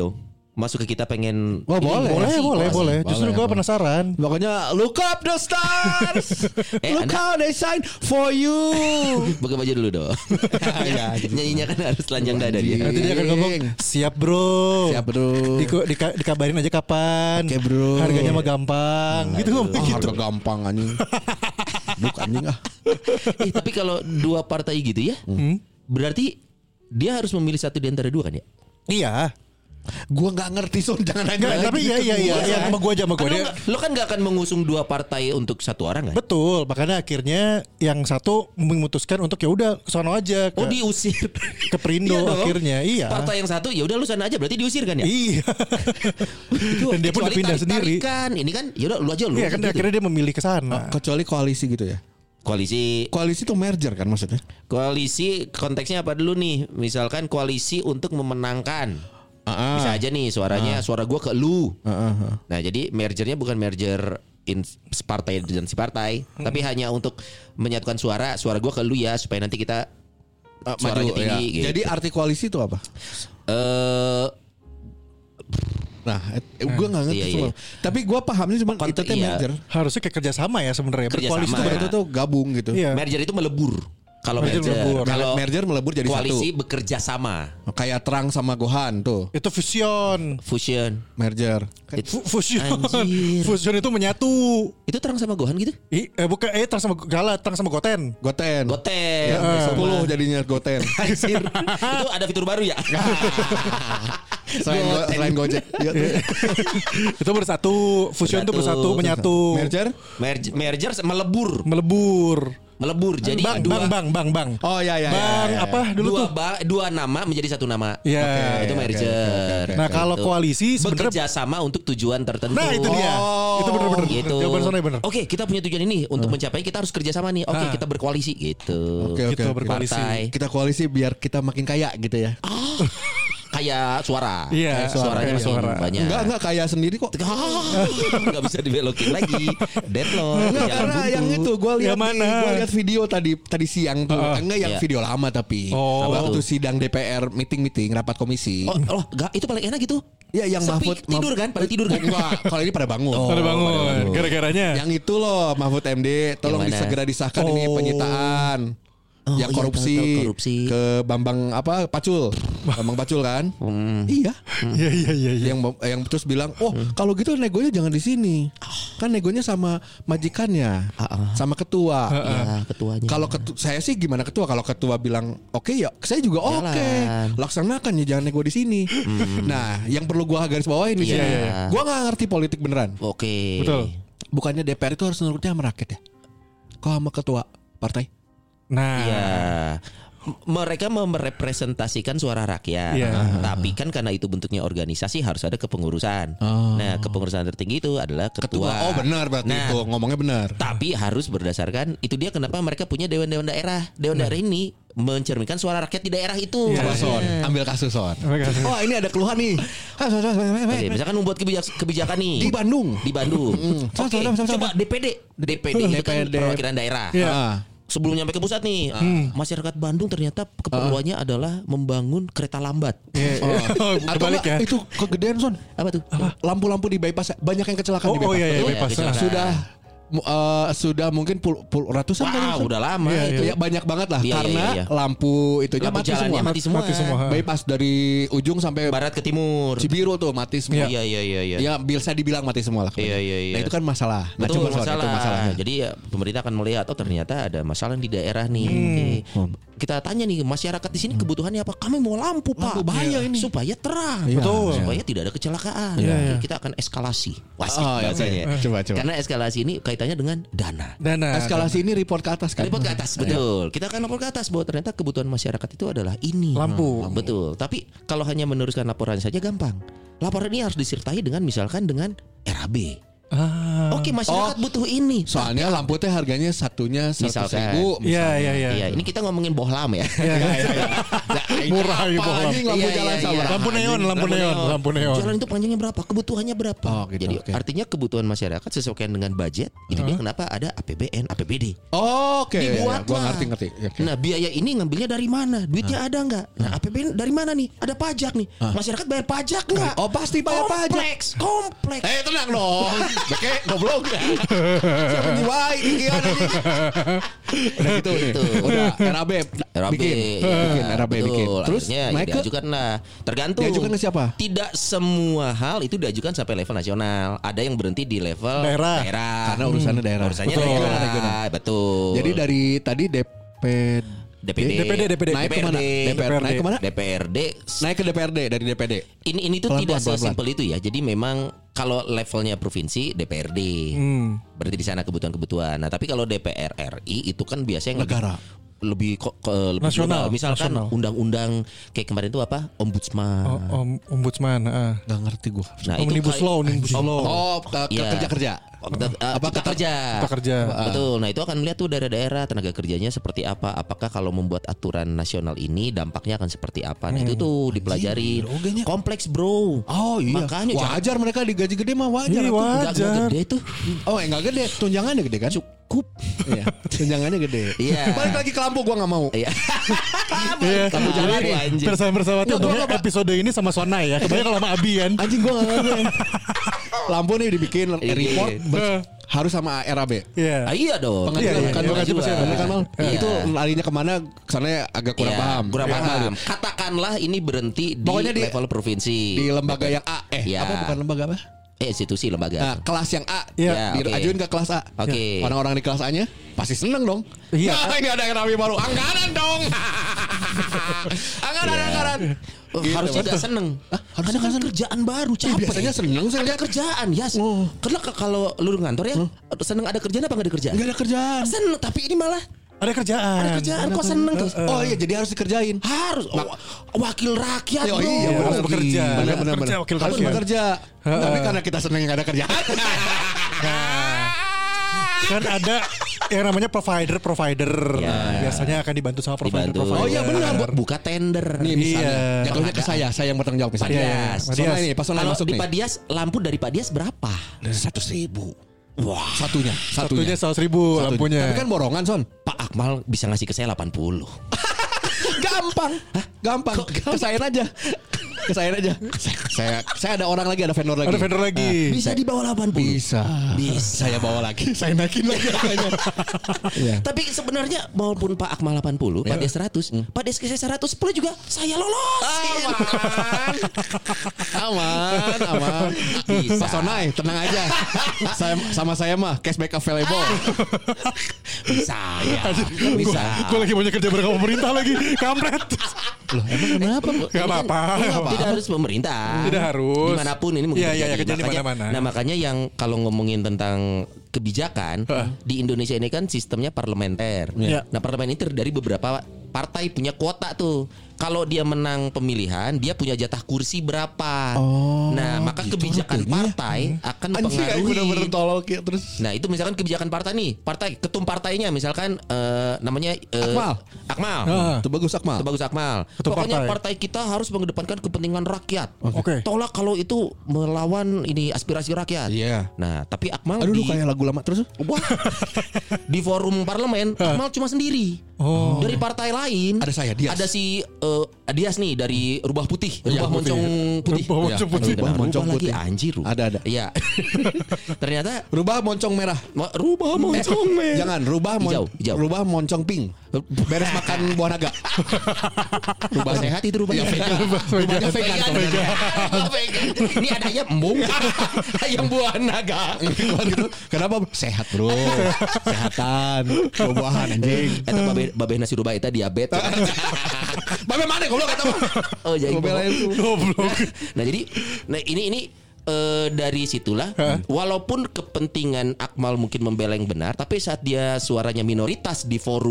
masuk ke kita pengen Oh, boleh. Boleh. Justru gue penasaran. Pokoknya look up the stars. Look Anda- how they shine for you. buka baju dulu dong. Ya, Nyanyinya kan harus telanjang dada dia. Nanti dia akan ngomong, siap bro. Siap, bro. Dikabarin aja kapan. Oke, bro. Harganya mah gampang. Gitu ngomong gitu. Harga gampang anjing. Duk anjing ah. Tapi kalau dua partai gitu ya, berarti dia harus memilih satu di antara dua kan ya? Iya. Gua nggak ngerti Son, jangan nanya. Enggak, lagi tapi ke iya. gua. Yang sama gue aja sama gue. Kan lo kan gak akan mengusung dua partai untuk satu orang kan? Betul, makanya akhirnya yang satu memutuskan untuk ya udah kesono aja Oh diusir ke Perindo Iya dong. akhirnya. Iya. Partai yang satu ya udah lu sana aja, berarti diusir kan ya? Iya. Dan dia pun Kecuali pindah sendiri. tarik-tarikan. Ini kan ya udah lu aja lu. Iya kan gitu. akhirnya dia memilih ke sana. Kecuali koalisi gitu ya. Koalisi Koalisi itu merger kan maksudnya? koalisi konteksnya apa dulu nih? Misalkan koalisi untuk memenangkan. Bisa aja nih suaranya suara gua ke lu. Nah, jadi mergernya bukan merger partai dan si partai, tapi hanya untuk menyatukan suara gua ke lu ya supaya nanti kita suaranya tinggi ya. gitu. Jadi arti koalisi itu apa? Nah, gue nggak ngerti Iya, semua. iya. Tapi gue pahamnya cuma itu tuh iya. merger. Harusnya kayak kerjasama ya sebenarnya. Kerjasama. Berkoalisi Itu itu itu tuh gabung gitu. Iya. merger itu melebur. Kalau Merger merger, melebur. kalau Merger melebur jadi koalisi satu. bekerja sama, Kayak Terang sama Gohan tuh. itu fusion. fusion. Merger. Kan Fusion. Anjir. Fusion itu menyatu. Itu Terang sama Gohan gitu? Bukan Terang sama Gala, Terang sama Goten. Goten. Goten. Ya, 10 jadinya Goten. Anjir. Itu ada fitur baru ya? Selain Gojek. Ya, terus. Itu bersatu, fusion itu Bersatu. bersatu, menyatu. Merger? Merger melebur. Melebur. Jadi Bang. Oh ya ya. Bang, ya, ya. apa dulu tuh? Dua nama menjadi satu nama. Iya. Itu Oke, merger. oke. Nah, kalau Itu. koalisi sebenarnya bekerja sama untuk tujuan tertentu. Nah, itu dia. Oh. Itu benar-benar. Gitu. Jawaban Sonai benar. Oke, kita punya tujuan ini untuk mencapai kita harus kerja sama nih. Oke, kita berkoalisi gitu. Oke, Gitu, oke. berkoalisi. Partai. Kita koalisi biar kita makin kaya gitu ya. Kayak suara. Iya, Suaranya kayak makin suara. banyak. Enggak kaya sendiri kok. Nggak bisa dibelokin lagi. Deadlock. Enggak, Jangan karena buntu. yang itu gue lihat Yang mana? gue lihat video tadi siang tuh. Enggak yang Iya. video lama tapi Oh. waktu sidang DPR meeting rapat komisi. Oh, enggak, itu paling enak gitu. Ya yang Sepi, Mahfud tidur kan? Pada tidur kan? Enggak, kalau ini pada bangun. Pada bangun. Gara-garanya. Yang itu loh Mahfud MD, tolong Yang mana? segera disahkan ini penyitaan. Oh, yang iya, korupsi, tahu, korupsi. ke Bambang apa Pacul, Bambang Pacul kan? Iya. Iya. Yang terus bilang, oh kalau gitu negonya jangan di sini, kan negonya sama majikannya, sama ketua. Ya, ketuanya. Kalau saya sih gimana ketua? Kalau ketua bilang oke ya, saya juga oke. Jalan. Laksanakan ya, jangan nego di sini. Nah, yang perlu gua garis bawahi ini sih, Iya. gua nggak ngerti politik beneran. Oke. Betul. Bukannya DPR itu harus nurutnya sama rakyat ya? Kok sama ketua partai? Nah, Iya. Mereka merepresentasikan suara rakyat. Iya. Tapi kan karena itu bentuknya organisasi harus ada kepengurusan. Nah, kepengurusan tertinggi itu adalah ketua. Oh benar berarti Nah, itu ngomongnya benar. Tapi harus berdasarkan itu dia kenapa mereka punya dewan-dewan daerah. Dewan daerah ini mencerminkan suara rakyat di daerah itu. Coba Son, ambil kasus Son. Oh ini ada keluhan nih. Oke, misalkan membuat kebijakan nih Di Bandung. Di Bandung. Oke, coba DPD itu kan DPD. perwakilan daerah. Ah. Sebelum nyampe ke pusat nih, masyarakat Bandung ternyata keperluannya adalah membangun kereta lambat. Atau Berbalik enggak, ya. itu kegedean Son. Apa tuh? Lampu-lampu di bypass banyak yang kecelakaan di bypass. iya, Betul, bypass. kecelakaan. Sudah mungkin ratusan kali, Wah, Son. udah lama Iya, itu. Ya banyak banget lah Iya, karena iya. lampu itunya Lampu mati jalannya semua. mati semua. Mati semua. Bypass dari ujung sampai Barat ke timur. Cibiru tuh mati semua. Iya, iya. Ya, bisa dibilang mati semua lah. Iya. Nah itu kan masalah. Nah, Betul, coba Son, itu masalah. masalahnya. Jadi ya, pemerintah akan melihat oh ternyata ada masalah di daerah nih. Oke. Kita tanya nih masyarakat di sini kebutuhannya apa? Kami mau lampu, Pak. Lampu bahaya ini. Supaya terang. Iya, Betul. Supaya tidak ada kecelakaan. Iya. Oke, kita akan eskalasi. Wasik Oh, ya, bahasanya. oke. Coba. Karena eskalasi ini kaitannya dengan dana. Dana. Eskalasi ini report ke atas kan. Report ke atas, betul. Kita akan lapor ke atas bahwa ternyata kebutuhan masyarakat itu adalah ini. Lampu. Betul. Tapi kalau hanya meneruskan laporan saja gampang. Laporan ini harus disertai dengan misalkan dengan RAB. Oke, masyarakat butuh ini. Soalnya lampu teh harganya satunya 100.000. Iya. Ini kita ngomongin bohlam ya. Murah ya bohlam. Lampu jalan sama. Lampu neon. Jalan itu panjangnya berapa? Kebutuhannya berapa? Oh, gitu, Jadi oke. artinya kebutuhan masyarakat sesuaikan dengan budget. Itu dia kenapa ada APBN, APBD. Oke. Dibuat Gua lah. ngerti. Ya, oke. Nah, biaya ini ngambilnya dari mana? Duitnya ada nggak? Nah, APBN dari mana nih? Ada pajak nih. Masyarakat bayar pajak nggak? Oh, pasti bayar pajak. Kompleks. Tenang dong. Beke goblok. Siapa jiwai kikian anjing. Udah gitu nih. Gitu. Udah RAB bikin. Bikin RAB bikin. Terus akhirnya naik ke diajukan lah. Tergantung. Diajukan ke siapa? Tidak semua hal itu diajukan sampai level nasional. Ada yang berhenti di level Daerah. karena urusannya daerah. Urusannya Betul. daerah. Regional. Betul. Jadi dari tadi DPD. naik kemana? DPR naik kemana? DPRD. Naik ke DPRD dari DPD. Ini tuh Pelan-pelan, tidak pelan-pelan. sesimpel itu ya. Jadi memang kalau levelnya provinsi DPRD. Berarti di sana kebutuhan-kebutuhan. Nah, tapi kalau DPR RI itu kan biasanya Negara. lebih lebih Nasional, global. Misalkan nasional. undang-undang kayak kemarin itu apa? Ombudsman. Ombudsman. Gak ngerti gue. Nah, Omnibus Law. Oh, Iya. kerja. Cipta kerja. Cipta kerja. Betul. Nah, itu akan melihat tuh daerah-daerah tenaga kerjanya seperti apa. Apakah kalau membuat aturan nasional ini dampaknya akan seperti apa. Nah, itu tuh dipelajari. loganya. Kompleks, Bro. Oh iya. Makanya wajar mereka digaji gede mah wajar. Iya, atuh. Enggak wajar. gede tuh. Oh, enggak gede. Tunjangannya gede kan? Cukup. Iya. Tunjangannya gede. Iya. Balik lagi ke lampu gua enggak mau. Iya. Iya. Lampu jalan ya, anjing. Bersama-sama Nggak, untungnya gua- episode ini sama Sonai ya. Kebanyakan kalau sama Abi kan. Anjing gua enggak ngerti. Lampu nih dibikin report harus sama RAB. Iya. Iya dong. Pengadilan kan pengadilan pasti ada. kan Mal. Iya. Itu larinya kemana? Kesannya agak kurang Iya, paham. kurang Ya, paham. Katakanlah ini berhenti di Pokoknya di- level provinsi. Di lembaga yang A. Iya. Apa bukan lembaga apa? Institusi lembaga. Nah, kelas yang A. Iya. Diajuin ke kelas A. Oke. Orang-orang di kelas A-nya pasti seneng dong. Iya. Nah, ini ada RAB baru. Anggaran dong. Anggaran. Gitu, Harusnya gak seneng. harusnya Karena kan kerjaan baru capek. biasanya seneng saya Ada lihat. kerjaan, Yas. Karena kalau lu ngantor ya, seneng ada kerjaan apa gak ada kerjaan? Enggak ada kerjaan. Seneng, tapi ini malah Ada kerjaan. ada kerjaan kok seneng tuh. Oh iya, jadi harus dikerjain. Harus wakil rakyat Oh bro. iya, harus bekerja. Benar. Kerja, wakil Harus rakyat. bekerja. Tapi karena kita seneng nggak ada kerjaan. Kan ada yang namanya provider. Ya. Biasanya akan dibantu sama provider. Dibantu. Oh iya, benar. Buka tender. Nih misalnya, Iya. jatuhnya ke saya yang bertanggung jawab misalnya. Iya. Sona ini, pas Sona Kalau masuk di nih. Pak Dias, lampu dari Pak Dias berapa? 100.000. Wah, Satunya. Satunya 100.000 lampunya. Tapi kan borongan Son. Pak Akmal bisa ngasih ke saya 80. Gampang. Gampang. Kesain aja. Saya ada orang lagi, ada vendor lagi. Ada vendor lagi. Bisa di bawah 80. Bisa. Bisa. Saya bawa lagi. Saya naikin lagi harganya. Iya. Tapi sebenarnya maupun Pak Akmal 80, Pak Des 100, Pak Des saya 110 juga saya lolos. Aman. Bisa. Pak Sonai, tenang aja. Sama saya mah cashback available. Bisa ya. Bisa. Gue lagi banyak kerja bersama pemerintah lagi. Kampret. Loh, emang kenapa? Gak apa-apa. Tidak harus pemerintah. Tidak harus. Dimanapun ini mungkin Iya, terjadi. kerjaan di Makanya- mana-mana. Nah makanya yang kalau ngomongin tentang kebijakan di Indonesia ini kan sistemnya parlementer. Iya. Nah parlemen ini terdiri dari beberapa partai punya kuota tuh. Kalau dia menang pemilihan, dia punya jatah kursi berapa. Nah maka kebijakan partai akan Anjing, mempengaruhi. bener-bener tolol kayak terus. Nah itu misalkan kebijakan partai nih, ketum partainya misalkan namanya Akmal. Itu bagus Akmal. Itu bagus Akmal. Ketum Pokoknya partai. partai kita harus mengedepankan kepentingan rakyat. Oke. Tolak kalau itu melawan ini aspirasi rakyat. Iya. Nah, tapi Akmal Aduh, lu di kayak lagu lama terus. Wah, di forum parlemen Akmal cuma sendiri. Dari partai lain Ada saya, Dias. Ada si Dias nih dari Rubah Putih, Iya, Rubah Moncong Putih. Rubah Moncong Aduh, Putih. kenapa Moncong rubah lagi Putih. anjir. Ada. Iya. Ternyata Rubah moncong merah. Rubah Moncong merah. Jangan rubah Hijau. rubah moncong pink. Beres makan buah naga. Rubah sehat itu rubah Ya, vegan. Rubahnya vegan. Vegan. Ini ada ayam embung. Ayam buah naga. Gitu. Kenapa? Sehat, Bro. Sehatan. Buah-buahan anjing. Eta babe nasi rubah eta diabetes. Babe mana goblok kata mah? Oh jadi Gua belain tuh. Goblok. Nah jadi ini dari situlah walaupun kepentingan Akmal mungkin membela yang benar, tapi saat dia suaranya minoritas di forum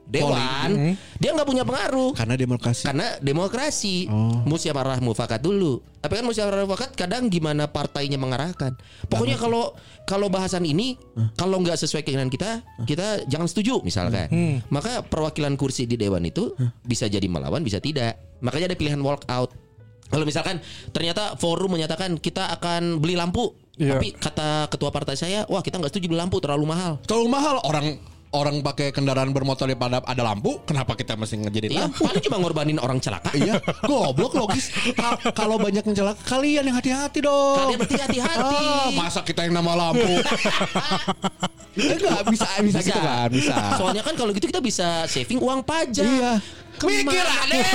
dewan, dia nggak punya pengaruh. Karena demokrasi. Musyawarah mufakat dulu. Tapi kan musyawarah mufakat kadang gimana partainya mengarahkan. Pokoknya kalau bahasan ini kalau nggak sesuai keinginan kita jangan setuju misalkan. Maka perwakilan kursi di dewan itu bisa jadi melawan, bisa tidak. Makanya ada pilihan walk out. Kalau misalkan ternyata forum menyatakan kita akan beli lampu, tapi kata ketua partai saya, wah kita nggak setuju beli lampu, terlalu mahal. Orang pakai kendaraan bermotor daripada ada lampu, kenapa kita mesti ngejadiin lampu? Paling cuma ngorbanin orang celaka. Iya, goblok logis. Kalau banyak yang celaka, kalian yang hati-hati dong. Kalian berarti hati-hati. Masa kita yang nama lampu? Enggak bisa gitu kan, bisa. Soalnya kan kalau gitu kita bisa saving uang pajak. Iya. Mikir aneh.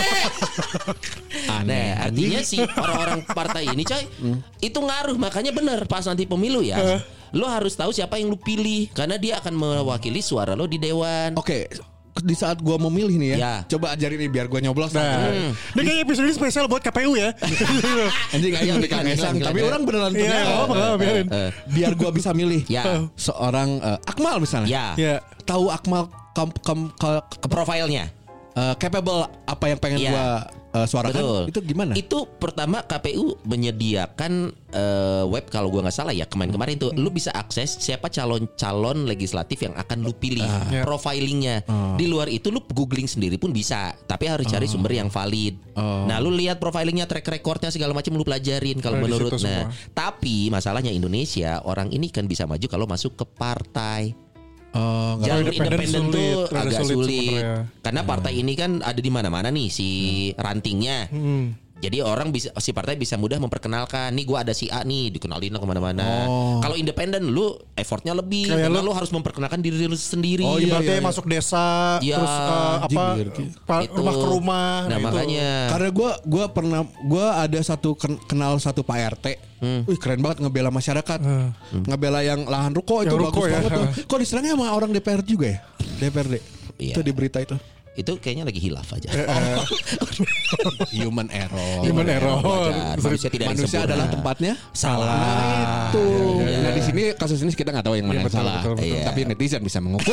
Nah, artinya si orang-orang partai ini coy, itu ngaruh. Makanya benar pas nanti pemilu ya. Lo harus tahu siapa yang lo pilih karena dia akan mewakili suara lo di dewan. Oke. Di saat gua mau milih nih ya, coba ajarin nih biar gua nyoblos. Ini kayaknya episode ini spesial buat KPU ya. Anjing aja Kang Esang, tapi orang beneran punya. Biarin. Biar gua bisa milih Ya. seorang Akmal misalnya. Ya. Tahu Akmal Profilnya. capable apa yang pengen gua suarakan. Betul. Itu gimana? Itu pertama KPU menyediakan web kalau gua nggak salah ya kemarin itu lu bisa akses siapa calon legislatif yang akan lu pilih profilingnya. Di luar itu lu googling sendiri pun bisa, tapi harus cari sumber yang valid. Nah lu lihat profilingnya, track recordnya segala macam lu pelajarin kalau menurut. Nah tapi masalahnya Indonesia orang ini kan bisa maju kalau masuk ke partai. Jalur independen tuh agak sulit karena partai ini kan ada di mana-mana nih si rantingnya. Jadi orang bisa, si partai bisa mudah memperkenalkan, nih gue ada si A nih, dikenalin lah kemana-mana. Kalau independen lu effortnya lebih, karena lu harus memperkenalkan diri lu sendiri. Berarti masuk desa, terus rumah ke rumah. Nah makanya. Karena gue ada kenal satu Pak RT. Wih keren banget ngebela masyarakat, ngebela yang lahan ruko itu bagus banget tuh. Kok diserangnya sama orang DPR juga ya, DPRD. Itu di berita itu. Itu kayaknya lagi hilaf aja. Human error. Manusia adalah tempatnya salah. Itu. Nah di sini kasus ini kita nggak tahu yang mana yang salah. Tapi netizen bisa mengukur.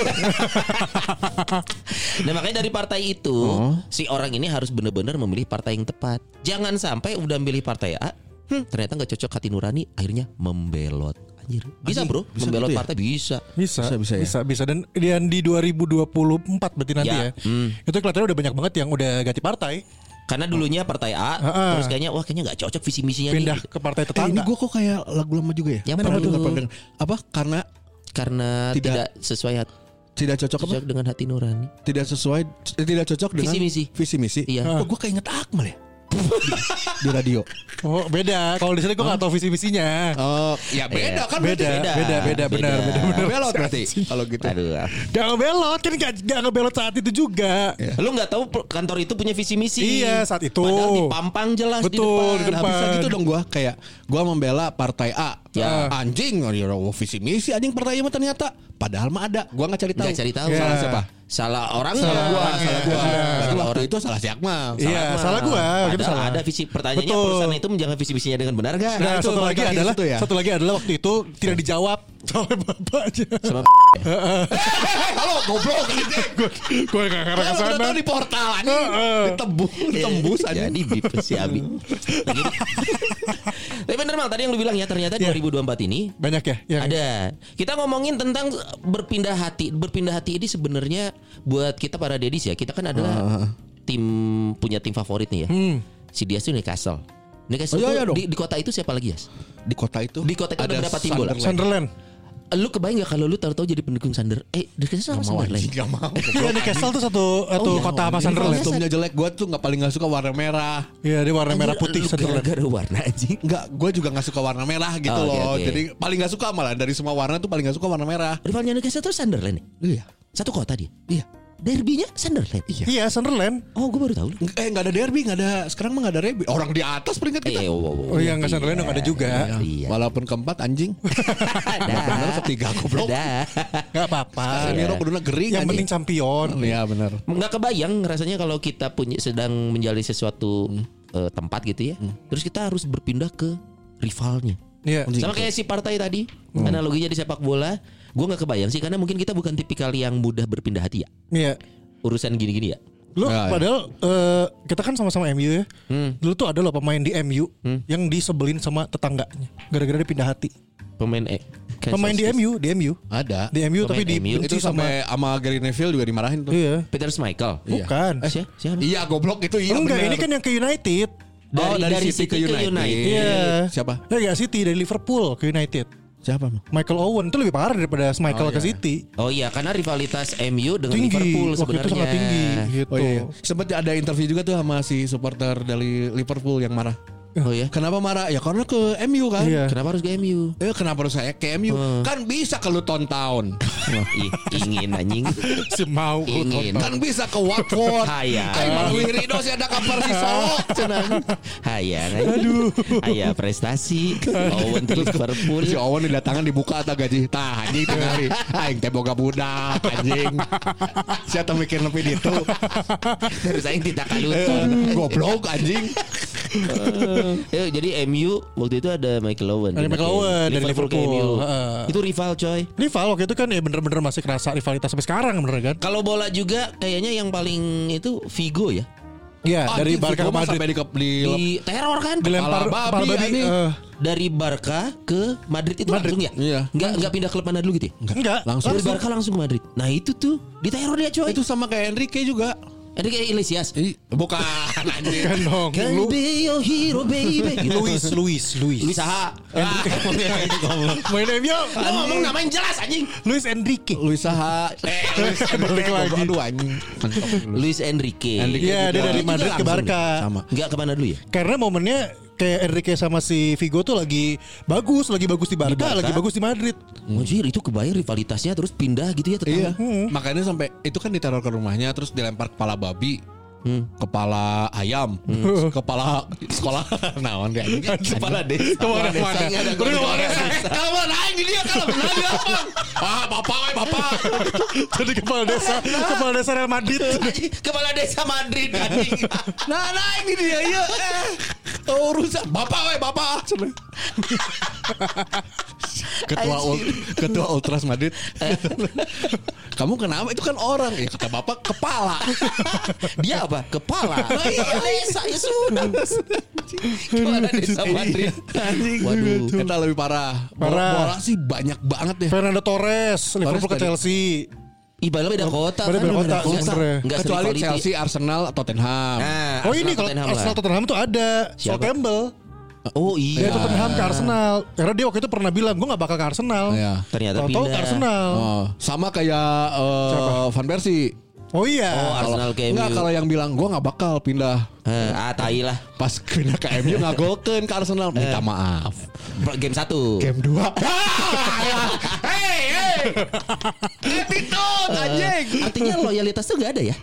Nah makanya dari partai itu si orang ini harus benar-benar memilih partai yang tepat. Jangan sampai udah milih partai A, ternyata nggak cocok hati nurani, akhirnya membelot. Bisa bro, membelot partai bisa. Dan di 2024 berarti nanti ya. Itu kelihatannya udah banyak banget yang udah ganti partai. Karena dulunya partai A, terus kayaknya nggak cocok visi misinya pindah ke partai tetangga. Ini gue kok kayak lagu lama juga ya. Yang mana tuh? Apa? Karena tidak sesuai tidak cocok dengan hati nurani. Tidak cocok dengan visi misi. Iya. Gue keinget Akmal ya. Di radio. Oh beda. Kalau di sini gue nggak tahu visi misinya. Oh ya beda kan. Beda benar. Belot berarti kalau gitu. Gak ngebelot kan gak ngebelot saat itu juga. Lu nggak tahu kantor itu punya visi misi. Iya saat itu. Padahal dipampang jelas di depan. Nah, bisa gitu dong gue membela partai A. Anjing visi misi anjing partainya ternyata padahal mah ada. Gue nggak cari tahu. Salah siapa? Salah orang. Salah gua. Waktu itu salah si Akmal. Iya salah gua. Salah ada visi pertanyaannya perusahaan itu menjaga visi misinya dengan benar gak? Nah, satu lagi adalah waktu itu tidak dijawab oleh bapaknya. Sama halo goblok gue gak ngarah ke sana. Udah di portal ditembus aja. Jadi bip si Abi. Tapi bener Mal, tadi yang lu bilang ya ternyata 2024 ini banyak ya yang ada. Kita ngomongin tentang berpindah hati. Berpindah hati ini sebenarnya buat kita para dedis ya. Kita kan adalah punya tim favorit nih ya. Si Dias tuh Newcastle. Di kota itu siapa lagi ya? Di kota itu ada berapa tim bola? Sunderland. Lu kebayang gak kalau lu tahu jadi pendukung Newcastle sama Sunderland? Gak mau. Iya Newcastle tuh satu kota sama Sunderland. Filmnya jelek. Gue tuh paling gak suka warna merah. Iya dia warna merah putih Sunderland. Gara-gara warna anjing. Enggak, gue juga gak suka warna merah gitu loh. Jadi paling gak suka malah dari semua warna tuh paling gak suka warna merah. Rivalnya Newcastle tuh Sunderland. Iya. Satu kota dia. Iya. Derbynya Sunderland. Iya Sunderland. Oh gue baru tahu. Gak ada derby, gak ada. Sekarang mah gak ada derby. Orang di atas peringkat kita. Oh iya gak Sunderland gak ada juga. Iya. Walaupun keempat anjing. Benar ketiga goblok. Gak apa-apa. Casemiro kudu negeri. Yang penting champion. Iya benar. Gak kebayang rasanya kalau kita sedang menjalani sesuatu tempat gitu ya. Terus kita harus berpindah ke rivalnya. Iya. Sama kayak si partai tadi. Analoginya di sepak bola. Gue gak kebayang sih karena mungkin kita bukan tipikal yang mudah berpindah hati ya. Iya. urusan gini-gini ya. Lu Ya, ya. padahal kita kan sama-sama MU ya. Dulu tuh ada loh pemain di MU yang disebelin sama tetangganya gara-gara dia pindah hati. Pemain Pemain di MU Ada. Di MU Pemain tapi MU. dibenci Itu sampai sama Gary Neville juga dimarahin tuh. Iya. Peter Schmeichel. Bukan. Siapa? Iya goblok itu iya. Enggak, bener. ini kan yang ke United. Dari City ke United. Iya. Siapa? Ya enggak City dari Liverpool ke United. Siapa? Michael Owen itu lebih parah daripada Schmeichel ke iya. City. Oh iya, karena rivalitas MU dengan Tinggi. Liverpool Waktu sebenarnya. itu sangat tinggi gitu. Oh iya. Sempat ada interview juga tuh sama si supporter dari Liverpool yang marah. Oh ya. Kenapa marah? Ya karena ke MU kan. Iya. Kenapa harus ke MU? Kenapa harus saya ke MU? Kan bisa ke Luton Town. Ingin anjing. Semau Ingin. Kan bisa ke Watford. Hayang. Kayak malah wirido sih ada kabar si Solo. Cenang. Hayang. Aduh. Aya prestasi. Owen di Liverpool. Si Owen didatangan dibuka atau gaji. Tah anjing tinggali. Aing teh boga budak anjing. Siapa mikir lebih itu. Terus aing tidak kaluton. Goblok anjing. Jadi MU waktu itu ada Michael Owen. Ada Michael Owen dari ke Liverpool. MU. Heeh. Itu rival coy. Rival waktu itu kan ya bener-bener masih kerasa rivalitas sampai sekarang bener kan? Kalau bola juga kayaknya yang paling itu Vigo ya. Iya, dari Anjing, Barca Vigo ke mah Madrid. sampai Di teror kan. Dilempar Kepala kepala babi, babi. anjing. Dari Barca ke Madrid itu Madrid. langsung ya? Iya. Enggak pindah klub mana dulu gitu ya? Enggak, Langsung. Dari Barca langsung ke Madrid. Nah itu tuh diteror dia coy. Itu sama kayak Enrique juga. Ada kayak Iglesias. Bukan anjing. kan dong. Can be your hero baby. Gitu. Luis. Luis Saha. Main MU. Lo ngomong namanya jelas anjing. Luis Enrique. Luis Saha. Luis Balik lagi. Aduh anjing. Luis Enrique. Iya, dia dari Itu juga Madrid ke langsung. Barca. Sama. Enggak kemana dulu ya? Karena momennya kayak Enrique sama si Vigo tuh lagi bagus di Barca, Barca. lagi bagus di Madrid. Anjir itu kebayang rivalitasnya terus pindah gitu ya Iya. tetangga. Makanya sampai itu kan diteror ke rumahnya terus dilempar kepala babi. Kepala ayam, kepala sekolah, naon dia Kepala desa. Kepala desa. Udah kepala desa. Kalau naik di dia kalau naik dia apa? Bapak. Jadi kepala desa Real Madrid. Anjing, Kepala desa Madrid anjing. Nah naik di dia iya. Urusan bapak. Ketua Ultras Madrid. Kamu kenapa? Itu kan orang. Ya kata bapak kepala. Dia apa? Kepala. Desa ya sudah. Kepala desa Madrid. Waduh. Kita lebih parah. Parah. Bola sih banyak banget ya. Fernando Torres, Liverpool ke tadi. Chelsea. Ibaratnya beda kota Beda kan. kota, sebenarnya. Enggak Kecuali se-quality. Chelsea, Arsenal, Tottenham. Nah, Oh ini kalau Tottenham lah. Arsenal Tottenham tuh ada Sol Siapa? Campbell. Oh Dia iya. Tottenham ke Arsenal. Karena dia waktu itu pernah bilang gue gak bakal ke Arsenal. Iya. Ternyata Tahu-tahu pindah. ke Arsenal. Oh, sama kayak Van Persie. Oh iya. Oh, Arsenal ke Enggak, MU. kalau yang bilang gue nggak bakal pindah. Tai lah. Pas pindah ke MU ngagolkeun ke Arsenal. Minta maaf. Game 1. Game 2. Hey. Attitude anjing. Artinya loyalitas tuh gak ada ya?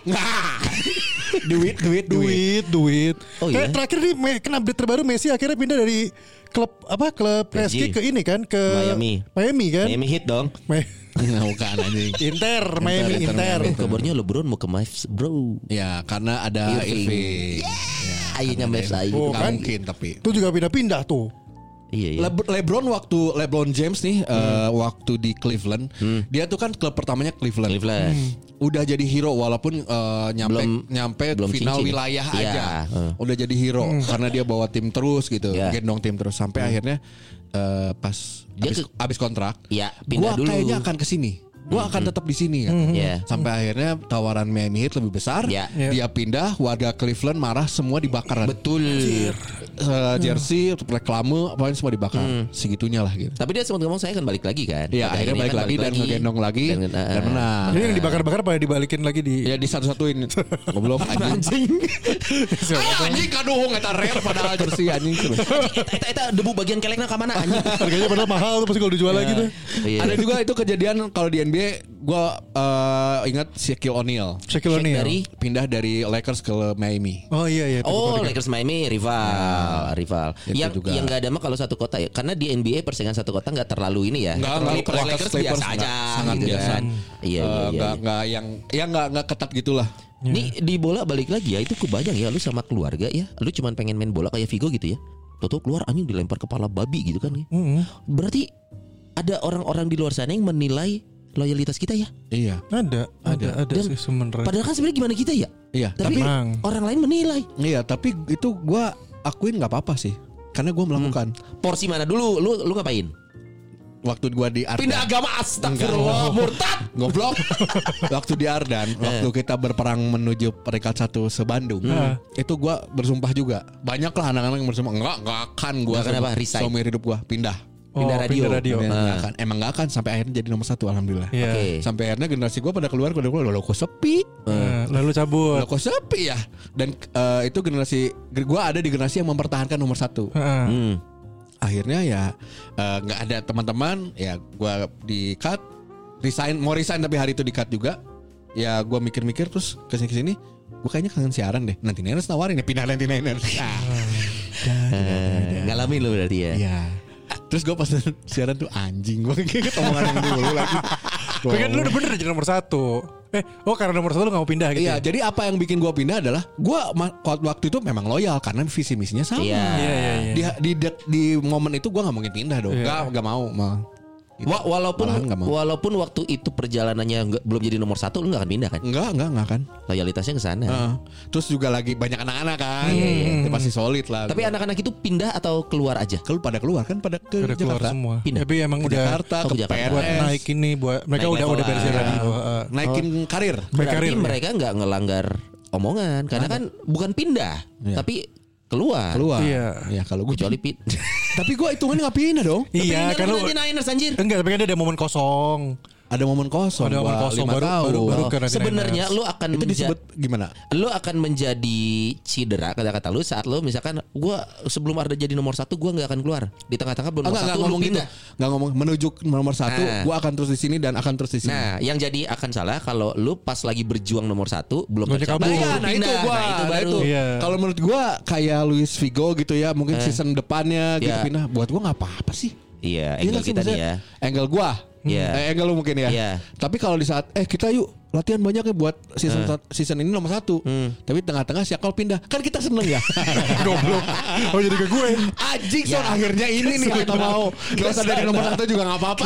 Duit. Oh, Kayak iya? terakhir nih kena update terbaru Messi akhirnya pindah dari klub PSG ke ini kan ke Miami kan. Miami Heat dong. Bukan anjing. Miami Inter. Kabarnya LeBron mau ke Mavs bro. Ya, karena ada Irving. Irving. Akhirnya Mavs lagi. Oh, Nggak kan? mungkin tapi. Itu juga pindah-pindah tuh. Iya. LeBron James nih waktu di Cleveland, dia tuh kan klub pertamanya Cleveland. Udah jadi hero walaupun nyampe belum final cincin. wilayah Iya. aja. Udah jadi hero karena dia bawa tim terus gitu, Iya. gendong tim terus sampai akhirnya pas Dia abis kontrak, Iya, pindah gua dulu. kayaknya akan ke sini. Gua akan tetap di sini kan. Iya. Sampai akhirnya tawaran Miami Heat lebih besar. Iya. Dia pindah, warga Cleveland marah, semua dibakar. Betul. Jersey, reklame, apalagi semua dibakar. Segitunya lah gitu. Tapi dia sempat ngomong saya akan balik lagi kan. Iya, Pada akhirnya balik kan lagi dan ngegendong lagi dan menang. Jadi yang dibakar-bakar pada dibalikin lagi di. Ya disatu-satuin. Goblok anjing. Ayo anjing kaduhung eta rare padahal jersey anjing terus. Eta debu bagian kelekna ka mana anjing. Harganya padahal mahal tuh pasti kalau dijual lagi tuh. Iya. Ada juga itu kejadian kalau di NBA gua ingat Shaquille O'Neal Shaquille O'Neal. Dari pindah dari Lakers ke Miami. Oh iya. Oh, Lakers Miami rival. itu Yang juga. yang enggak ada mah kalau satu kota ya. Karena di NBA persaingan satu kota enggak terlalu ini ya. Enggak, Lakers biasa aja sangat gitu biasa. kan. Iya. Enggak yang enggak ketat gitulah. Nih di bola balik lagi ya, itu kebayang ya lu sama keluarga ya. Lu cuman pengen main bola kayak Vigo gitu ya. Toto keluar anjing dilempar kepala babi gitu kan ya. Berarti ada orang-orang di luar sana yang menilai loyalitas kita ya. Iya. Ada Dan sih sebenarnya. Padahal kan sebenarnya gimana kita ya? Iya. Tapi orang lain menilai. Iya, tapi itu gue akuin nggak apa-apa sih, karena gue melakukan. Porsi mana dulu? Lu ngapain? Waktu gue di Ardan. Pindah agama, astagfirullah, murtad. Goblok. Waktu di Ardan, waktu kita berperang menuju peringkat 1 se-Bandung, itu gue bersumpah juga. Banyak lah anak-anak yang bersumpah nggak akan gue seumur hidup gue pindah. Pindah radio. Nggak akan. Emang nggak akan sampai akhirnya jadi nomor 1 alhamdulillah. Iya. Sampai akhirnya generasi gue pada keluar lo kok sepi. Lalu cabut. Lo kok sepi ya. Dan itu generasi gue ada di generasi yang mempertahankan nomor 1. Akhirnya ya nggak ada teman-teman, ya gue di cut, mau resign tapi hari itu di cut juga. Ya gue mikir-mikir terus kesini gue kayaknya kangen siaran deh. Nanti Niners nawarin ya pindah nanti Niners. Ngalamin lu berarti ya. Iya. Terus gue pas siaran tuh anjing, gue kayak omongan yang dulu lagi. Tapi kan lu udah bener jadi nomor 1. Karena nomor 1 lu gak mau pindah gitu. Iya, jadi apa yang bikin gue pindah adalah gue waktu itu memang loyal karena visi misinya sama. Iya. Di momen itu gue nggak mungkin pindah dong. Nggak mau. Gitu. Walaupun waktu itu perjalanannya belum jadi nomor 1, lu nggak akan pindah kan? Enggak kan. Loyalitasnya ke sana. Terus juga lagi banyak anak-anak kan. Itu pasti solid lah. Tapi anak-anak itu pindah atau keluar aja? Pada keluar kan, pada ke Jakarta semua. Pindah. Tapi emang udah Jakarta ke Jakarta. buat PNS. naik ini, buat mereka Naik udah level beres lah. radio. Naikin karir. Berarti mereka nggak ngelanggar omongan karena kan bukan pindah, tapi keluar. Iya. Ya kalau gue Kecuali tapi gue hitungannya nggak pindah dong. Iya, kan lu nanti Niners anjir. enggak, tapi kan dia ada momen kosong. Ada momen kosong. Ada momen gua kosong 5 tahun. baru ke Niners. Sebenarnya lu akan Itu disebut gimana? lu akan menjadi cedera kata-kata lu saat lu misalkan gua sebelum ada jadi nomor 1 gua nggak akan keluar di tengah-tengah belum nomor 1 lu ngomong gitu. pindah. Nggak ngomong menuju nomor 1. Gue akan terus di sini dan akan terus di sini. Nah, yang jadi akan salah kalau lu pas lagi berjuang nomor 1 belum Lu kabur. tercapai, Nah, pindah. itu gua. Nah, itu Nah, baru. itu. Iya. Kalau menurut gue kayak Luis Figo gitu ya, mungkin season depannya gitu pindah. Buat gue nggak apa-apa sih. Iya, angle nggak sih, kita nih maksudnya ya. Angle gue. Iya. Angle lu mungkin ya. Iya. Tapi kalau di saat kita yuk latihan banyak ya buat season ini nomor 1. Tapi tengah-tengah si Akal pindah. Kan kita seneng ya. Goblok. Oh jadi ke gue. Anjing son akhirnya ini nih kita mau. Gak usah dari nomor 1 juga gak apa-apa.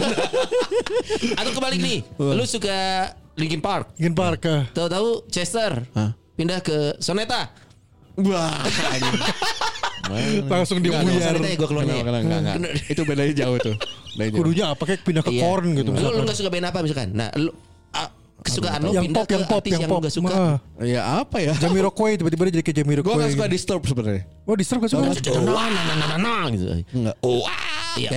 Atau kebalik nih, lu suka Linkin Park. Linkin Park. Tahu-tahu Chester pindah ke Soneta. Wah, Langsung dia Enggak, buyar. Soneta ya gua keluarnya. enggak. Itu bedanya jauh tuh. Kudunya apa kayak pindah ke Iya. Korn gitu. Lu enggak suka band apa misalkan? Nah, lu kesukaan lu yang pindah pop, ke artis yang lu enggak suka. Ya apa ya? Jamiroquai tiba-tiba dia jadi kayak Jamiroquai. Gue gak suka Disturb sebenarnya. Oh Disturb gak suka. Gitu. Enggak. Iya.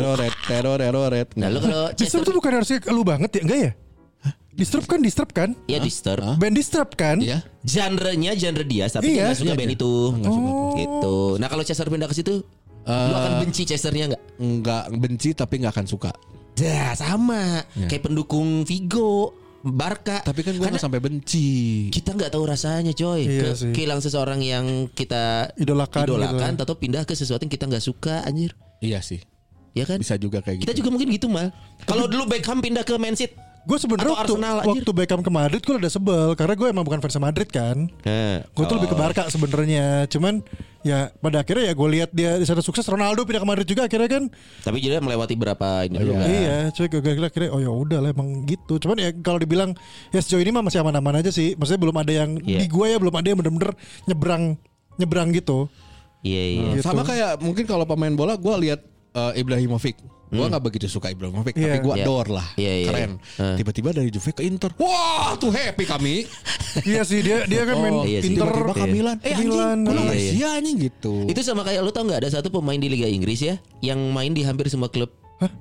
Teror. Nah, lu kalau Disturb tuh bukan harusnya lu banget ya? Enggak ya? Disturb kan? ya Disturb. Band Disturb kan? Iya. Genre dia tapi dia Iya. enggak suka band itu. Gitu. Nah, kalau Chester pindah ke situ, lu akan benci Chesternya enggak? Enggak benci tapi enggak akan suka. Dah, sama. Kayak pendukung Vigo, Barca. Tapi kan gue gak sampai benci. Kita nggak tahu rasanya, coy. Iya sih. Kehilangan seseorang yang kita Idolakan gitu. atau pindah ke sesuatu yang kita nggak suka, anjir. Iya sih. Ya kan? Bisa juga kayak gitu. Kita juga mungkin gitu, Mal. Kalau dulu Beckham pindah ke Man City, Gue sebenarnya Atau Arsenal, anjir. waktu Beckham ke Madrid gue udah sebel karena gue emang bukan fans Madrid kan. Gue tuh lebih ke Barca sebenarnya. Cuman ya pada akhirnya ya gue lihat dia di sana sukses. Ronaldo pindah ke Madrid juga akhirnya kan. tapi dia melewati berapa ini dulu kan? Iya, cuy gue kira oh ya udah lah emang gitu. Cuman ya kalau dibilang ya sejauh ini mah masih aman-aman aja sih. Maksudnya belum ada yang di gue ya belum ada yang bener-bener nyebrang gitu. Iya. Gitu. Sama kayak mungkin kalau pemain bola gue lihat Ibrahimovic. Gue gak begitu suka Ibrahimovic, Iya. tapi gue Iya. adore lah, Iya. keren. Tiba-tiba dari Juve ke Inter, wah tuh happy kami. Iya sih dia kan main iya sih. Inter Tiba-tiba ke Milan, Milan. anjing, Iya, Malaysia anjing gitu. Itu sama kayak lu tau nggak ada satu pemain di Liga Inggris ya yang main di hampir semua klub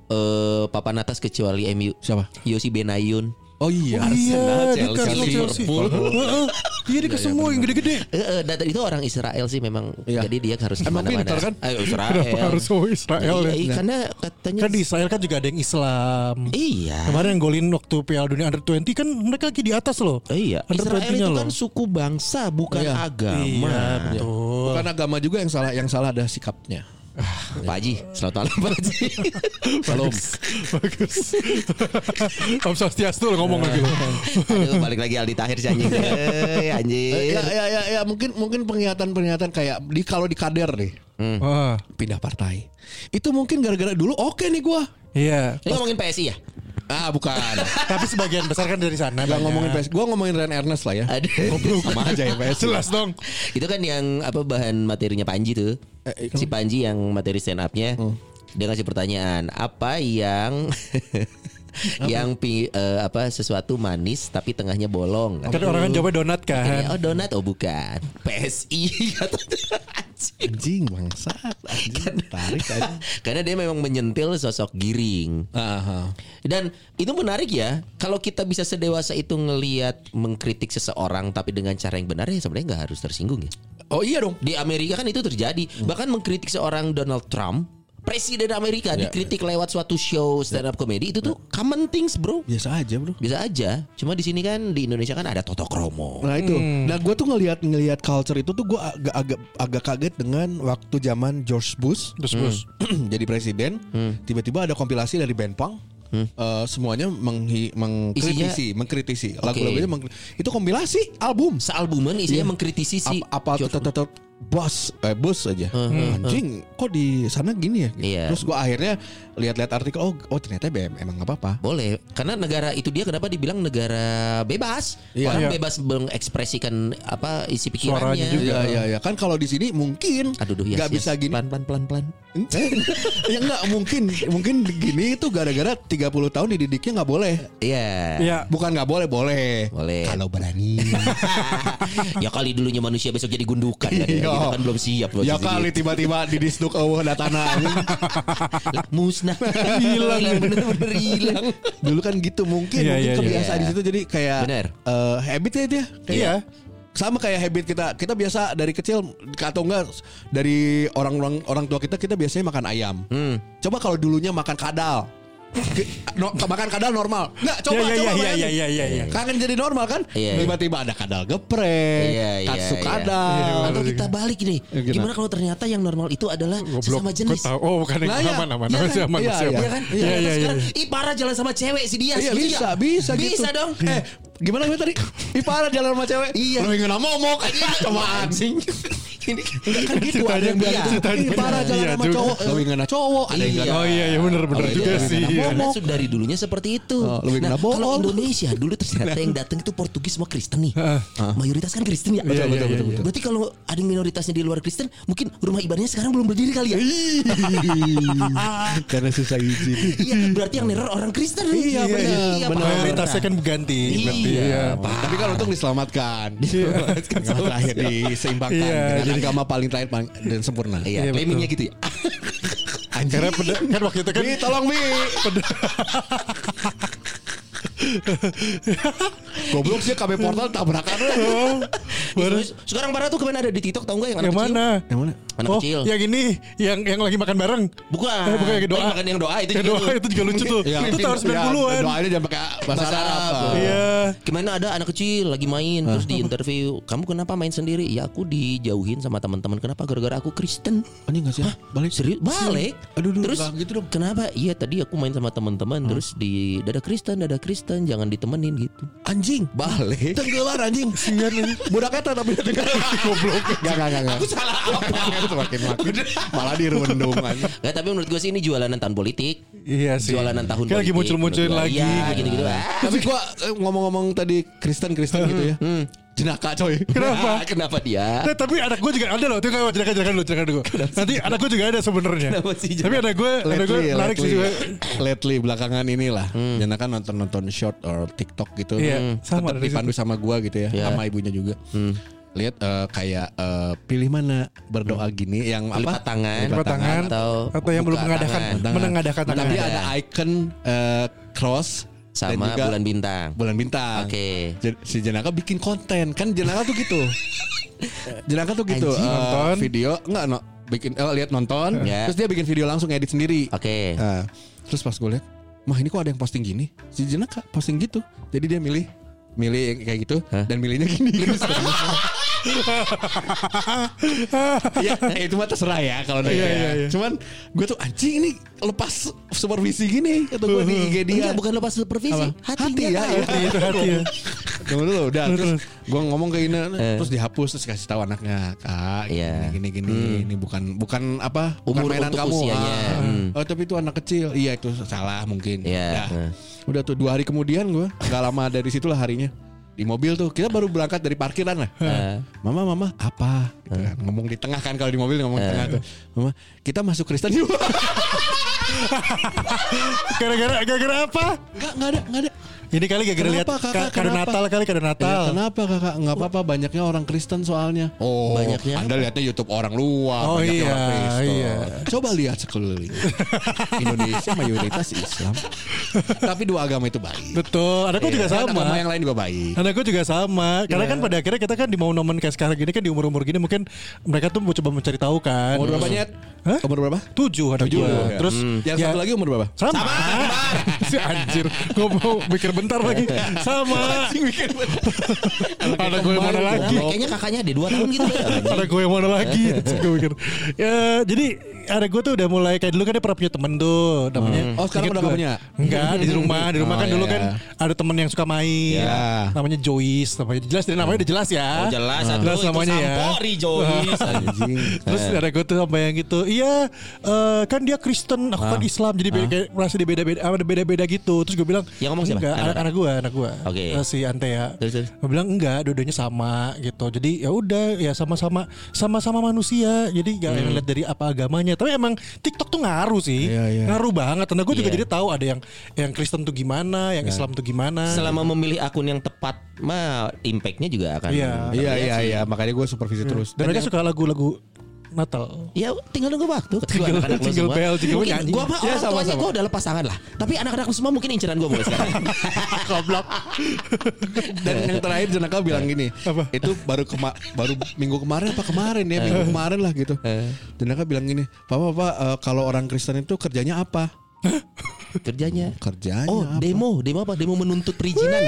papan atas kecuali MU. Siapa? Yossi Benayoun. Oh iya, Iya, dia Chelsea, ke Chelsea. Iya dia ke semua yang gede-gede. Dan itu orang Israel sih memang. Iya. Jadi dia harus Emang kemana-mana. pintar kan? Israel. Kenapa harus Israel Iya, ya? karena katanya. Kan di Israel kan juga ada yang Islam. Iya. Kemarin yang golin waktu Piala Dunia Under 20 kan mereka lagi di atas loh. Iya. Under Israel 20-nya itu loh. kan suku bangsa bukan Iya. agama. Iya, betul. bukan agama juga yang salah ada sikapnya. Pak Haji, selamat malam Pak Haji. Salam. Bagus. Om Swastiastu lo ngomong lagi lo. Aduh, balik lagi Aldi Tahir si anjing. Anjing. Ya mungkin pernyataan kayak kalau di kader nih Wah, pindah partai. Itu mungkin gara-gara dulu oke nih gua. iya. Ini ngomongin PSI ya? Bukan. Tapi sebagian besar kan dari sana. Gak banyak. ngomongin PS. Gue ngomongin Ren Ernest lah ya. Sama aja ya PS. Jelas dong. Itu kan yang apa bahan materinya Panji tuh. Si Panji yang materi stand up-nya. Dia ngasih pertanyaan, apa yang apa sesuatu manis tapi tengahnya bolong. Kan orang kan jawabnya donat kan. Oh donat, oh bukan. PSI. Anjing bangsat. Anjing tarik aja. Karena dia memang menyentil sosok Giring. Dan itu menarik ya. Kalau kita bisa sedewasa itu ngelihat mengkritik seseorang tapi dengan cara yang benar ya sebenarnya nggak harus tersinggung ya. Oh iya dong. Di Amerika kan itu terjadi. Bahkan mengkritik seorang Donald Trump, Presiden Amerika, dikritik lewat suatu show stand up comedy, itu tuh common things bro. Biasa aja bro. Biasa aja. Cuma di sini kan di Indonesia kan ada Toto Kromo. Nah itu. Nah gue tuh ngelihat culture itu tuh gue agak kaget dengan waktu zaman George Bush. Jadi presiden. Tiba-tiba ada kompilasi dari band punk. Semuanya mengkritisi lagu-lagunya itu kompilasi album. Sealbuman isinya mengkritisi si apa tetap bos aja. Anjing kok di sana gini ya gitu. Terus gue akhirnya lihat-lihat artikel oh ternyata emang nggak apa-apa. Boleh karena negara itu dia kenapa dibilang negara bebas. Orang bebas mengekspresikan apa isi pikirannya. Suaranya juga. Ya kan kalau di sini mungkin nggak bisa gini. Pelan. Ya nggak mungkin gini itu gara-gara 30 tahun dididiknya nggak boleh. Iya. Bukan nggak boleh. Kalau berani. Ya kali dulunya manusia besok jadi gundukan kan. Kita kan belum siap. Ya kali tiba-tiba didisduk datana. Musnah. Hilang bener-bener hilang. Dulu kan gitu mungkin kebiasaan di situ jadi kayak habit ya dia. Kayak sama kayak habit kita biasa dari kecil atau enggak dari orang tua kita biasanya makan ayam. Coba kalau dulunya makan kadal. Makan kadal normal. Enggak, coba. Iya. Kan jadi normal kan? Tiba-tiba ada kadal geprek, katsu kadal. Atau kita balik nih. Gimana kalau ternyata yang normal itu adalah sesama jenis? Oh, bukan yang aman. Iya kan? Sekarang Ipara jalan sama cewek si dia. Iya bisa gitu. Bisa dong. Gimana gue tadi? Ipara jalan sama cewek. Iya. Lu ingin momok aja sama anjing. Ini kan gitu ada yang bilang Ipara jalan sama cowok. Lu ingin cowok. Ada yang Oh iya benar juga sih. Karena dari dulunya seperti itu. Nah kalau Indonesia dulu ternyata yang datang itu Portugis sama Kristen nih. Mayoritas kan Kristen ya. Betul. Berarti kalau ada minoritasnya di luar Kristen, mungkin rumah ibadahnya sekarang belum berdiri kali ya. Karena susah izin. Iya, berarti yang neror orang Kristen. Iya benar. Mayoritasnya kan berganti. Iya. Tapi kan untung diselamatkan. Terakhir diseimbangkan dengan agama paling terakhir dan sempurna. Iya, claimingnya gitu ya. Karena kan waktu itu kan tolong Mi. Goblok sih KB Portal tabrakan. Sekarang Bara tuh kemana ada di TikTok tau gak yang anak kecil? Yang mana? Anak kecil. Yang ini yang lagi makan bareng. Bukan. Bukan yang doa. Bukan yang doa itu. Yang doa itu juga lucu tuh. Itu tahun 90-an. Doanya jangan pakai bahasa Arab. Iya. Gimana ada anak kecil lagi main terus di interview, "Kamu kenapa main sendiri?" "Ya aku dijauhin sama teman-teman." "Kenapa?" "Gara-gara aku Kristen." Anjing enggak sih? Balik. Serius? Balik. Aduh, terus gitu dong. Kenapa? "Iya tadi aku main sama teman-teman terus di dada Kristen, jangan ditemenin gitu." Anjing. Balik. Tenggelar anjing. Sian anjing. Budak eta tapi goblok. Enggak. Aku salah apa? Makin malah dirundung anjing. Nggak, tapi menurut gue sih ini jualanan tahun politik. Iya sih. Jualanan tahun politik. Lagi muncul-munculin lagi. Iya, gitu-gitu. Tapi gua ngomong-ngomong tadi Kristen gitu ya. Jenaka coy. Kenapa? Kenapa dia? Nah, tapi anak gue juga ada loh. Tuh kayak ceritakan dulu. Nanti anak gue juga ada sebenarnya. Tapi anak gue menarik sih juga. Lately belakangan inilah. Jenaka nonton short or TikTok gitu. Iya, sama tetap dipandu sama gue gitu ya. Sama ibunya juga. Lihat kayak pilih mana berdoa gini yang lipat tangan atau yang belum menengadakan tangan. Tapi ada icon cross sama juga bulan bintang. Oke. Si Jenaka bikin konten kan Jenaka tuh gitu. Jenaka tuh gitu. Nonton video bikin lihat nonton. Terus dia bikin video langsung edit sendiri. Oke. Terus pas gue lihat, "Mah ini kok ada yang posting gini?" Si Jenaka posting gitu. Jadi dia milih kayak gitu dan milihnya gini. Ya itu mah terserah ya kalau iya. Cuman gue tuh anjing ini lepas supervisi gini atau gue di IG dia. Enggak, bukan lepas supervisi. Hati ya. Itu hati ya. Tunggu dulu udah terus gue ngomong ke Ina terus dihapus terus kasih tahu anaknya, "Kak, gini ini bukan apa? Bukan Umur mainan untuk kamu." Usianya. Oh, tapi itu anak kecil. Iya itu salah mungkin. Iya. Udah tuh 2 hari kemudian gue nggak lama dari situlah harinya di mobil tuh kita baru berangkat dari parkiran lah. Mama apa? Gitu kan. Ngomong di tengah kan kalau di mobil ngomong di tengah tuh. Mama kita masuk Kristen yuk. Gara-gara apa? Nggak ada. Ini kali gara-gara lihat kado Natal kali kado Natal. Ya, kenapa kakak? Nggak apa-apa banyaknya orang Kristen soalnya. Oh banyaknya. Anda lihatnya YouTube orang luar. Oh banyaknya iya, orang Kristen. iya. Coba lihat sekeliling. Indonesia mayoritas Islam. Tapi 2 agama itu baik. Betul. Anakku juga sama. Agama yang lain juga baik. Anakku juga sama. Karena kan pada akhirnya kita kan di momen kayak sekarang gini kan di umur-umur gini mungkin mereka tuh mau coba mencari tahu kan. Umur berapa Nyet? Hah? Umur berapa? 7 anak gue. Ya. Terus yang satu lagi umur berapa? sama. Si anjir. Gue mau mikir bentar lagi. Sama. Anak gue yang mana lagi? Kayaknya kakaknya ada 2 tahun gitu ya. Anak gue yang mana lagi? Gue mikir. Ya jadi anak gue tuh udah mulai kayak dulu kan dia pernah punya temen tuh namanya. Oh sekarang inget udah gak gue. punya? Enggak di rumah. Di rumah Oh, kan dulu iya. kan ada temen yang suka main. Iya. Namanya Joyce. Namanya jelas dari namanya udah jelas ya. Oh jelas Jelas namanya ya. Sampori Joyce. Anjing. Terus ada gue tuh sama yang gitu. Iya kan dia Kristen, aku kan Islam. Jadi kayak merasa dia beda-beda gitu. Terus gue bilang Yang ngomong siapa? enggak, anak gue. Oke. Si Antea. Terus. Gue bilang enggak, dua-duanya sama gitu. Jadi ya udah ya sama-sama manusia. Jadi gak ngeliat dari apa agamanya. Tapi emang TikTok tuh ngaruh sih. Iya. Ngaruh banget. Karena gue juga Iya. jadi tahu ada yang Kristen tuh gimana, yang Islam tuh gimana. Selama memilih akun yang tepat mah impactnya juga akan. Iya. Iya. Makanya gue supervisi terus. Dan mereka suka lagu-lagu Natal. Ya tinggal nunggu waktu. Jingle bell, jingle Mungkin nyanyi. gue mah Ya, orang sama-sama. tuanya gue udah lepas tangan lah. Tapi anak-anakku semua mungkin inceran gue mulai sekarang. Goblok. Dan yang terakhir Jenaka bilang gini. Apa? Itu baru minggu kemarin ya minggu kemarin lah gitu. Jenaka bilang gini, Papa kalau orang Kristen itu kerjanya apa? Kerjanya. Kerjanya apa? Demo apa? Demo menuntut perizinan.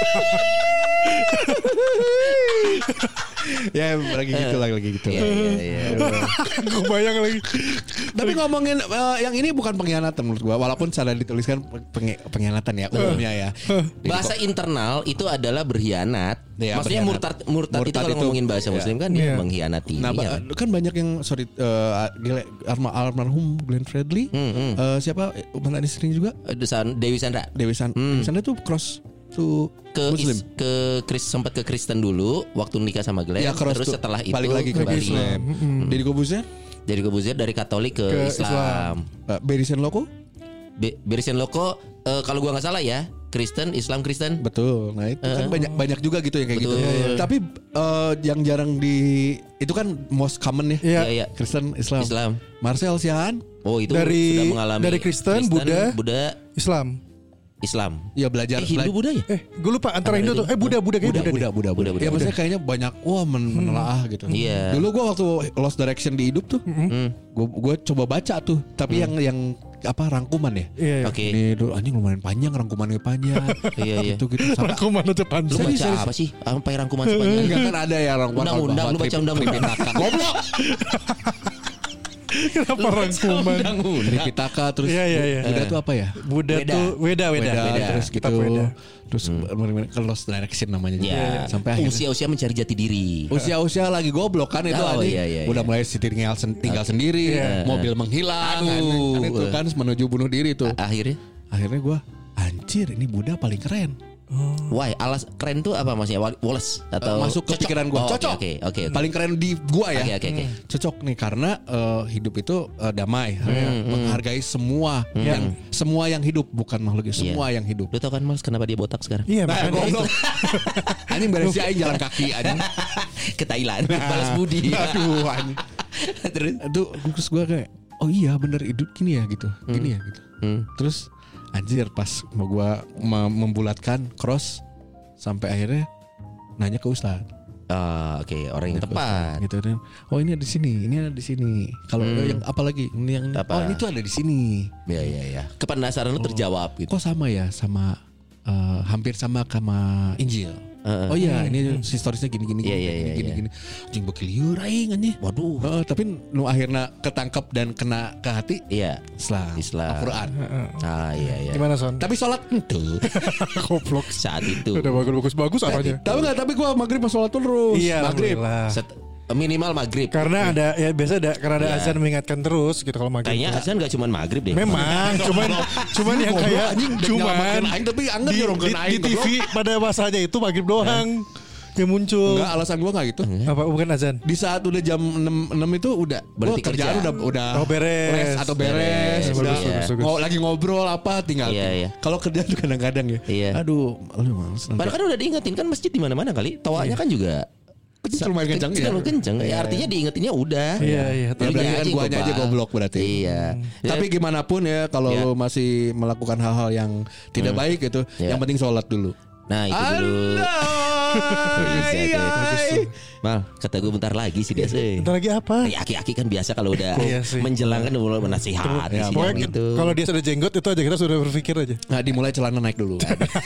Ya lagi gitu lah. Iya. Gue bayang lagi. Tapi ngomongin yang ini bukan pengkhianatan menurut gua, walaupun salah dituliskan pengkhianatan ya umumnya ya. Bahasa internal itu adalah berkhianat. Ya, Maksudnya berkhianat. murtad itu kalau itu, ngomongin bahasa ya. Muslim kan dia mengkhianati. Nah, ininya kan. kan banyak yang almarhum Glenn Fredly, siapa mantan istrinya juga Dewi Sandra Dewi Sandra tuh cross to Muslim. Sempat ke Kristen dulu waktu nikah sama Glenn. Ya, cross terus tuh. setelah itu balik lagi ke Islam. Deddy Corbuzier, Jadi Corbuzier dari Katolik ke Islam. Barry Loko, Berisen Loko kalau gua nggak salah ya Kristen, Islam Kristen. betul. Nah itu kan banyak juga gitu yang kayak Betul. gitu. Tapi yang jarang itu kan most common ya. Iya. Iya. Kristen, Islam. Marcel Siahaan, Oh itu Dari- sudah mengalami dari Kristen, Buddha. Islam. Islam. ya belajar. Hindu Buddha ya? Gue lupa antara Hindu tuh. Buddha kayaknya Buddha. Buddha. Ya maksudnya kayaknya banyak menelaah gitu. Iya. Dulu gue waktu Lost Direction di hidup tuh, gue coba baca tuh. Tapi yang apa rangkuman ya? Iya. Oke. Ini dulu anjing lumayan panjang, rangkumannya panjang. Iya. Gitu sampai Aku mana aja Lu panjang. baca apa sih? Sampai rangkuman sepanjang. enggak kan ada ya rangkuman Undang-undang, lu baca undang-undang. Goblok. Kenapa rangkuman? Tripitaka terus Iya. Buddha tuh apa ya? Buddha tuh Weda. Terus gitu. Kitab Weda. Terus ke Lost Direction namanya juga. Ya. Sampai akhirnya Usia-usia mencari jati diri. usia lagi goblok kan itu Oh, anjing. iya. Udah mulai tinggal sendiri, mobil menghilang, Aduh. kan itu kan menuju bunuh diri tuh. Akhirnya Gue anjir ini Buddha paling keren. why? Alas keren tuh apa maksudnya? Wallace atau Masuk ke cocok? pikiran gue. Oh, Cocok. Oke. Paling keren di gua ya. Oke. Cocok nih karena hidup itu damai, menghargai semua yang hidup, bukan makhluk semua yang hidup. Lu tau kan Mas kenapa dia botak sekarang? Iya, Nah, makanya goblok. Anjing beres aing jalan kaki anjing. Ke Thailand balas budi. Aduh anjing. Terus gue kayak oh iya bener hidup gini ya gitu. Terus anjir pas mau gue membulatkan cross sampai akhirnya nanya ke Ustadz. Oke, orang yang tepat. Gitu kan. Oh ini ada di sini, ini ada di sini. Kalau yang apa lagi? Ini yang Apa? oh ini tuh ada di sini. Ya. Kepenasaran lu terjawab gitu. Kok sama ya sama hampir sama Injil. Oh iya ini historisnya gini. Iya. Jing bekil liur aing anjing. Waduh. Tapi nu akhirnya ketangkep dan kena ke hati Iya. Islam. Al-Quran. Iya. gimana Son? Tapi sholat itu. Goblok. Saat itu. Udah bagus apanya? Tahu nggak? Tapi gua maghrib pas sholat terus. Iya, maghrib. alhamdulillah. Minimal maghrib. Karena ada ya biasa ada karena ada Iya. azan mengingatkan terus gitu kalau maghrib. Kayaknya azan gak cuma maghrib deh. Memang cuman yang kayak cuman aing tapi anggap di jorongkeun aing TV pada masanya itu maghrib doang yang muncul. Enggak, alasan gua enggak gitu. Apa bukan azan? Di saat udah jam 6 itu udah Berarti gua kerjaan kerja. udah beres. rest atau beres, Beres, udah bagus. lagi ngobrol apa tinggal. Iya, iya. Kalau kerja tuh kadang-kadang ya. Iya. Aduh, males. Padahal kan udah diingetin kan masjid di mana-mana kali. Tawanya kan juga lumayan kencang ya. Lumayan kencang. Ya artinya diingetinnya udah. Iya. Ya Tapi berarti kan guanya aja goblok berarti. Iya. Tapi gimana pun ya kalau Iya. lu masih melakukan hal-hal yang tidak baik gitu, Iya. yang penting sholat dulu. Nah itu dulu. Bisa Iya. tuh. Mal, kata gue bentar lagi sih dia sih. Bentar lagi apa? Ya, aki-aki kan biasa kalau udah Iya sih. menjelang kan mulai menasihati Ya, sih Pokoknya gitu. kalau dia sudah jenggot itu aja kita sudah berpikir aja. Nah, dimulai celana naik dulu.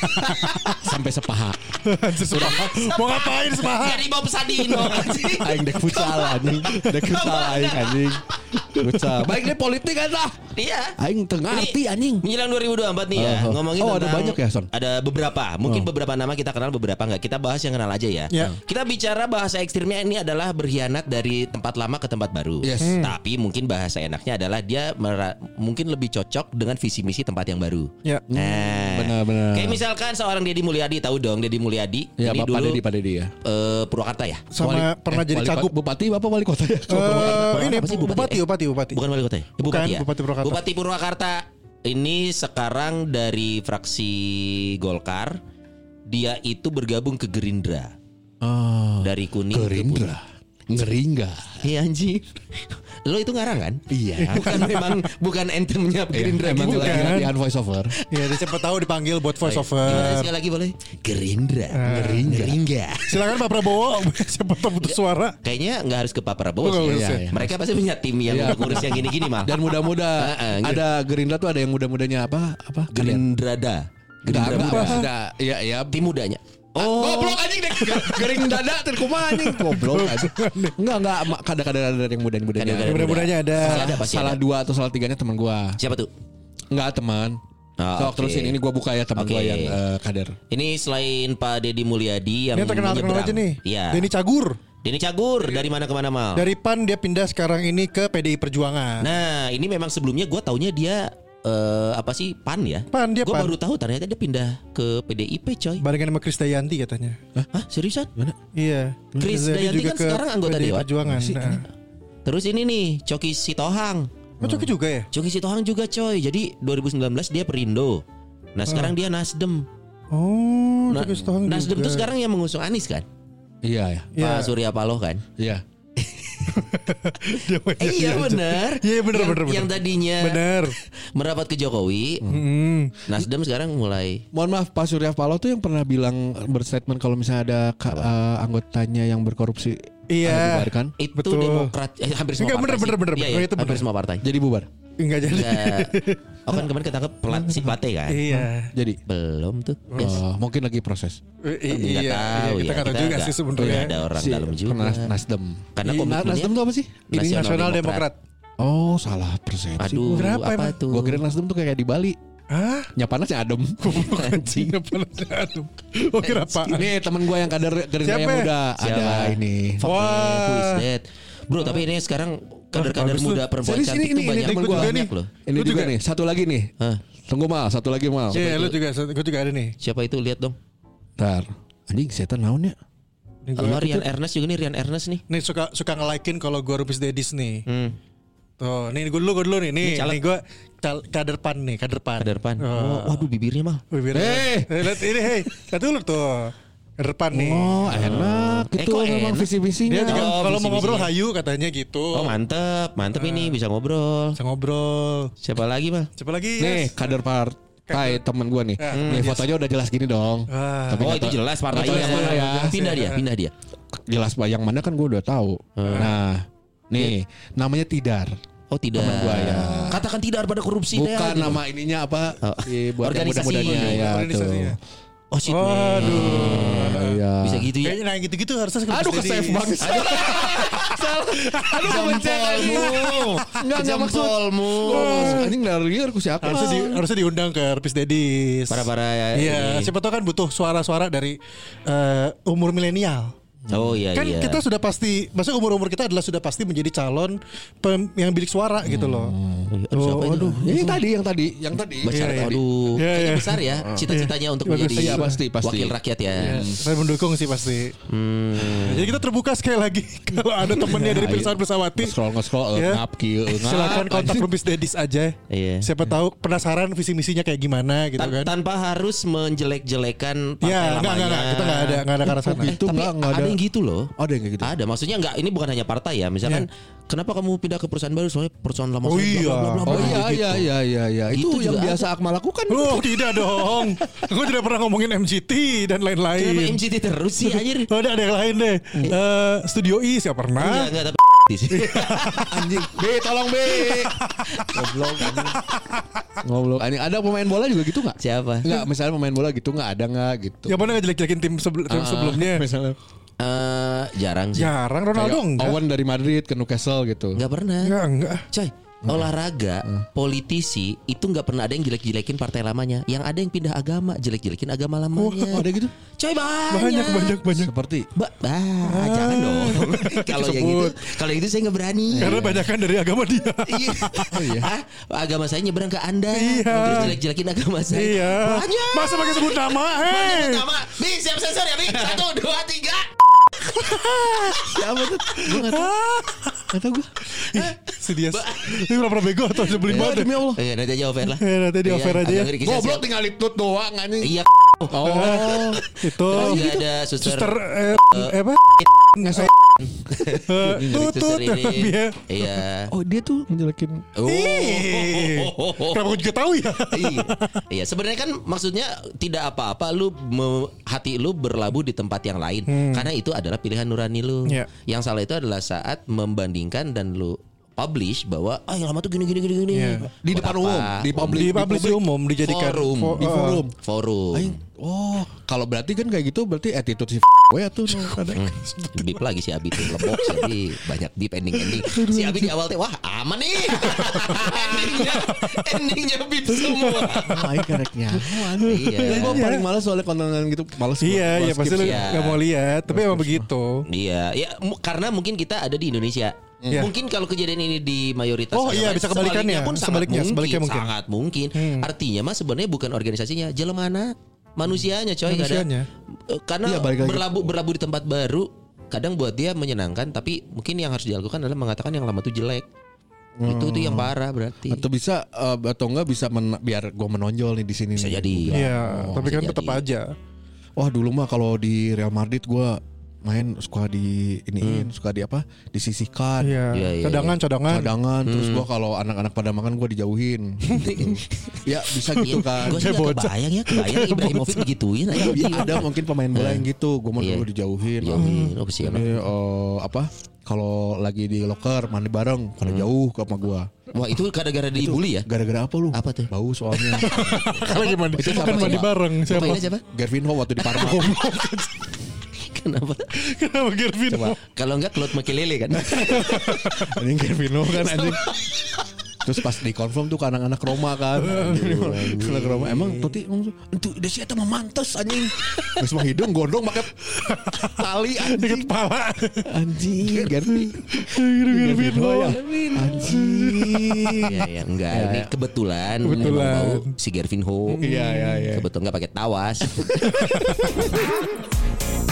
Sampai sepaha. Anjir, sepaha. Mau ngapain sepaha? Jadi Bob Sadino. Aing dek futsal anjing. Dek futsal aing anjing. Futsal. Baik nih politik kan lah. Iya. Aing teu ngarti anjing. Menjelang 2024 nih ya. Ngomongin Oh, ada tentang banyak ya, Son? Ada beberapa. Mungkin beberapa nama kita kenal, beberapa enggak. Kita bahas yang kenal aja ya. Ya. Kita bicara bahasa ekstrimnya ini adalah berkhianat dari tempat lama ke tempat baru. Yes. Tapi mungkin bahasa enaknya adalah dia mungkin lebih cocok dengan visi misi tempat yang baru. Ya. Nah, benar-benar. Kayak misalkan seorang Deddy Mulyadi, tahu dong Deddy Mulyadi. Ya, ini Bapak dulu Deddy ya. Purwakarta ya. Sama pernah jadi wali cagup. Bupati Bapak wali kota ya. Ini Apa sih, bupati. Bukan wali kota ya? Bukan, Bupati ya? Bupati Purwakarta. Bupati Purwakarta ini sekarang dari fraksi Golkar. Dia itu bergabung ke Gerindra. Oh, Dari kuning ke Gerindra. Ngeri enggak? putih. Iya anjing. Lo itu ngarang kan? Iya. Bukan entemnya Gerindra Emang gitu lagi kan? latihan voice over. Ya, dia siapa tahu dipanggil buat voice Gimana over. sekali lagi boleh? Gerindra. Ngeri enggak? Silakan Pak Prabowo, siapa tahu butuh suara. Kayaknya nggak harus ke Pak Prabowo Nggak sih. usah. Iya, iya. Mereka pasti punya tim yang Iya. untuk ngurus yang gini-gini mah. Dan muda-muda gitu. ada Gerindra tuh ada yang muda-mudanya apa? Gerindrada. Gerindra Gerindra muda. ada. Iya, iya. Tim mudanya. Oh, goblok anjing deh. Gering dada terkumaha anjing. Goblok anjing. Enggak kadang-kadang ada yang muda-mudanya. Kadang-kadang Mudah-mudanya ada. Pasti ada, pasti Salah ada. 2 atau salah 3-nya teman gua. Siapa tuh? Enggak teman. Oh, Sok oke. terusin ini gua buka ya teman Oke. gua yang kader. Ini selain Pak Deddy Mulyadi yang Ini terkenal menyeberang. aja nih. Iya. Denny Cagur. Denny Cagur dari mana ke mana mal? Dari PAN dia pindah sekarang ini ke PDI Perjuangan. Nah, ini memang sebelumnya gue taunya dia apa sih PAN ya? PAN, dia Gue PAN. baru tahu ternyata dia pindah ke PDIP coy. Barengan sama Krisdayanti katanya. Hah seriusan? Iya. Krisdayanti kan sekarang anggota PDI Dewan. Perjuangan. Nah. Terus ini nih Coki Sitohang. Oh, Coki juga ya? Coki Sitohang juga coy. Jadi 2019 dia Perindo. Nah sekarang dia Nasdem. Oh, Nah, Coki Sitohang Nasdem juga. tuh sekarang yang mengusung Anies kan? Iya ya. Iya. Pak Surya Paloh kan? Iya. Iya benar. Iya benar Yang- benar. Yang tadinya Benar. merapat ke Jokowi, Nasdem sekarang mulai Mohon maaf Pak Surya Paloh tuh yang pernah bilang berstatement kalau misalnya ada anggotanya yang berkorupsi Iya. dibubarkan. itu Betul. Demokrat hampir semua Enggak, partai. bener. Iya, Oh, iya, itu hampir bener. semua partai. Jadi bubar. Enggak jadi. Enggak. Oh kan kemarin ketangkep si Plate kan? Iya. Jadi Belum tuh. Yes. mungkin lagi proses. Nggak tahu kita ya. nggak tahu juga nggak- sih sebenarnya. nggak ada orang Si dalam juga. Nasdem. Karena Ih, komitmennya Nasdem tuh apa sih? Ini Nasional Demokrat. Oh, salah persepsi. Aduh, Berapa apa emang? tuh? Gua kira Nasdem tuh kayak di Bali. Hah? Nyapanas ya adem. Anjing. Oh, kira apa? Ini temen gue yang kader Gerindra yang Siapa? muda. Siapa? Ada ini. Fuck Wah. man, who is that? Bro, tapi ini sekarang kader-kader bagus muda tuh. perempuan Serius, cantik ini tuh banyak, temen gua juga banyak nih. loh. Ini Lu juga juga? nih, satu lagi nih. Hah? Tunggu mal, satu lagi mal. Iya, lu juga, gue juga ada nih. Siapa itu? Lihat dong. Ntar. Anjing setan naon ya? Nih, Sama Rian Ernest juga nih, Rian Ernest nih. nih suka nge-like-in kalau gue Rupis Dedis nih. Hmm. Tuh, nih gue dulu nih. Ini caleg. Nih gue kader PAN nih, kader PAN. Kader PAN. Oh, waduh bibirnya mah. Bibirnya. Lihat ini, lihat dulu tuh. Kader PAN nih. Oh, enak. Itu kok memang enak? visi-visinya. Dia juga Oh, kalau mau visi-misinya. ngobrol hayu katanya gitu. Oh, mantep ini bisa ngobrol. Bisa ngobrol. Siapa lagi, Mal? Siapa lagi? Nih, Yes. kader partai temen gue nih. Nih yes. fotonya udah jelas gini dong. Ah. Tapi Oh, nggak itu tahu- jelas nggak tahu partainya. yang mana ya. Pindah dia. Jelas yang mana kan gue udah tahu. Nah, nih namanya Tidar. Oh, tidak. Temen gua ya. Katakan tidak pada korupsi deh, Bukan gitu. nama ininya apa? Oh, Si buat yang organisasi. muda-mudanya ya Organisasinya. tuh. Oh, shit. Waduh. Iya. Bisa gitu ya. Kayaknya nah gitu-gitu harusnya Aduh ke save banget. Aduh kebencet anjing. Enggak maksud. Jempolmu. Anjing dari aku siapa? Harusnya diundang ke Rupis Dedis. Para-para ya. Iya, ini. siapa tahu kan butuh suara-suara dari umur milenial. Oh iya Kan iya. kita sudah pasti, maksudnya umur-umur kita adalah sudah pasti menjadi calon yang bilik suara gitu loh. Aduh, siapa itu? Yang tadi. Masyarakat, Iya, aduh, iya, kayaknya iya. besar ya cita-citanya untuk Bagus. menjadi Iya, pasti. wakil rakyat ya. Saya mendukung sih pasti. Jadi kita terbuka sekali lagi kalau ada temennya dari Pirsawan Bersawati. Scroll Ya. ngap kieu Silakan kontak Rubis Dedis aja. Iya. Siapa tahu penasaran visi misinya kayak gimana gitu kan. Tanpa harus menjelek-jelekan partai Ya, lamanya. enggak, kita enggak ada ke arah sana. Itu Tapi enggak ada yang gitu loh. Ada yang kayak gitu. Ada, maksudnya enggak, ini bukan hanya partai ya. Misalkan kenapa kamu pindah ke perusahaan baru, soalnya perusahaan lama Oh saya iya. bla, bla, bla, Oh bla, iya gitu. iya. Itu Itu yang juga biasa Akmal lakukan. Oh tidak dong. Aku tidak pernah ngomongin MCT dan Kenapa lain-lain. MCT terus sih anjir? Oh, ada yang lain deh. Studio I siapa pernah? Enggak, tapi sih. Anjing. B tolong B. Goblok anjing. Ngoblok. Anjing ada pemain bola juga gitu enggak? Siapa? Enggak, misalnya pemain bola gitu enggak ada enggak gitu. Yang mana ngejelek-jelekin tim sebelumnya? Misalnya Jarang sih. Jarang Ronaldo kayak enggak. Owen dari Madrid ke Newcastle gitu. Enggak pernah. Enggak. Coy, olahraga, politisi itu nggak pernah ada yang jelek-jelekin partai lamanya. Yang ada yang pindah agama, jelek-jelekin agama lamanya. Oh, ada gitu? Coy banyak. Banyak. Seperti Jangan dong. Kalau yang gitu, kalau yang itu saya nggak berani. Karena banyakan dari agama dia. Iya. Hah? Agama saya nyebrang ke Anda. Iya. Terus jelek-jelekin agama saya. Iya. Banyak. Masa pakai sebut nama? Hei. Nama, Bi, siap sensor ya, Bi. 1, 2, 3. siapa tuh? Gue nggak tahu. Nggak tahu gue. Sedia. Ini pernah bego atau sebelin banget. Demi Allah. Iya, nanti aja over lah. Nanti di over aja ya. agak ngeri kisah Goblok siap. tinggal ditut doang anjing. Iya. Oh. Itu Terus juga ada suster suster apa? Suster Tutut. ini. Dia. Iya. Oh, dia tuh ngejelekin. Kenapa gue juga tahu ya? Iya, sebenarnya kan maksudnya tidak apa-apa lu hati lu berlabuh di tempat yang lain karena itu adalah pilihan nurani lu. Iya. Yang salah itu adalah saat membandingkan dan lu publish bahwa yang lama tuh gini. Iya. Di Buat depan apa? umum, Di publis di umum dijadikan Forum. Di forum. Forum. Aing, kalau berarti kan kayak gitu berarti attitude si gue tuh ada. Bip lagi si Abi tuh lebok si Abi banyak bip ending. Si Abi di awal teh wah aman nih. endingnya bip semua. Aing kareknya. Iya. Gue paling males soalnya konten gitu, males. Iya, gua iya pasti skip lu sih. ya. gak mau lihat, tapi emang begitu. Iya, ya karena mungkin kita ada di Indonesia. Iya. Mungkin kalau kejadian ini di mayoritas Oh, iya, agama, bisa kebalikannya. sebaliknya pun Sebaliknya mungkin. sangat mungkin. Artinya mah sebenarnya bukan organisasinya, jelemana manusianya coy. Manusianya. Karena Iya, balik lagi. berlabuh di tempat baru kadang buat dia menyenangkan, tapi mungkin yang harus dilakukan adalah mengatakan yang lama tuh jelek. Itu tuh yang parah berarti. Atau bisa atau enggak bisa biar gue menonjol nih di sini. Bisa nih. jadi. Iya, tapi bisa kan tetap jadi. aja. Wah dulu mah kalau di Real Madrid gue main suka di iniin, suka di apa? Disisihkan. Iya, Iya. Cadangan terus gua kalau anak-anak pada makan gua dijauhin. Ya bisa gitu kan. Gue sih gak kebayang Ibrahimovic digituin aja. Ya, ada mungkin pemain bola yang gitu. Gua mau Iya. dulu dijauhin. Jauhin, oh kesian. Jadi apa? Kalau lagi di locker mandi bareng, pada jauh ke sama gua. Wah itu gara-gara dibully ya? Gara-gara apa lu? Apa tuh? Bau soalnya. Kalau gimana? Itu Kan siapa, mandi coba? bareng siapa? Pemainnya siapa? Gervinho waktu di Parma. Kenapa? Kenapa Gervin? Kalau enggak Claude Makelele kan? Anjing Gervinho kan anjing. Terus pas dikonfirm tuh ke anak-anak Roma kan. Anak Roma emang tuti itu desi eta mah mantes anjing. Geus mah hidung gondong make tali Deket anjing. kepala. Anjing Gervin. ya. Anjing. Iya enggak. Ini kebetulan. Kebetulan. memang mau si Gervinho. Iya. Kebetulan enggak pakai tawas.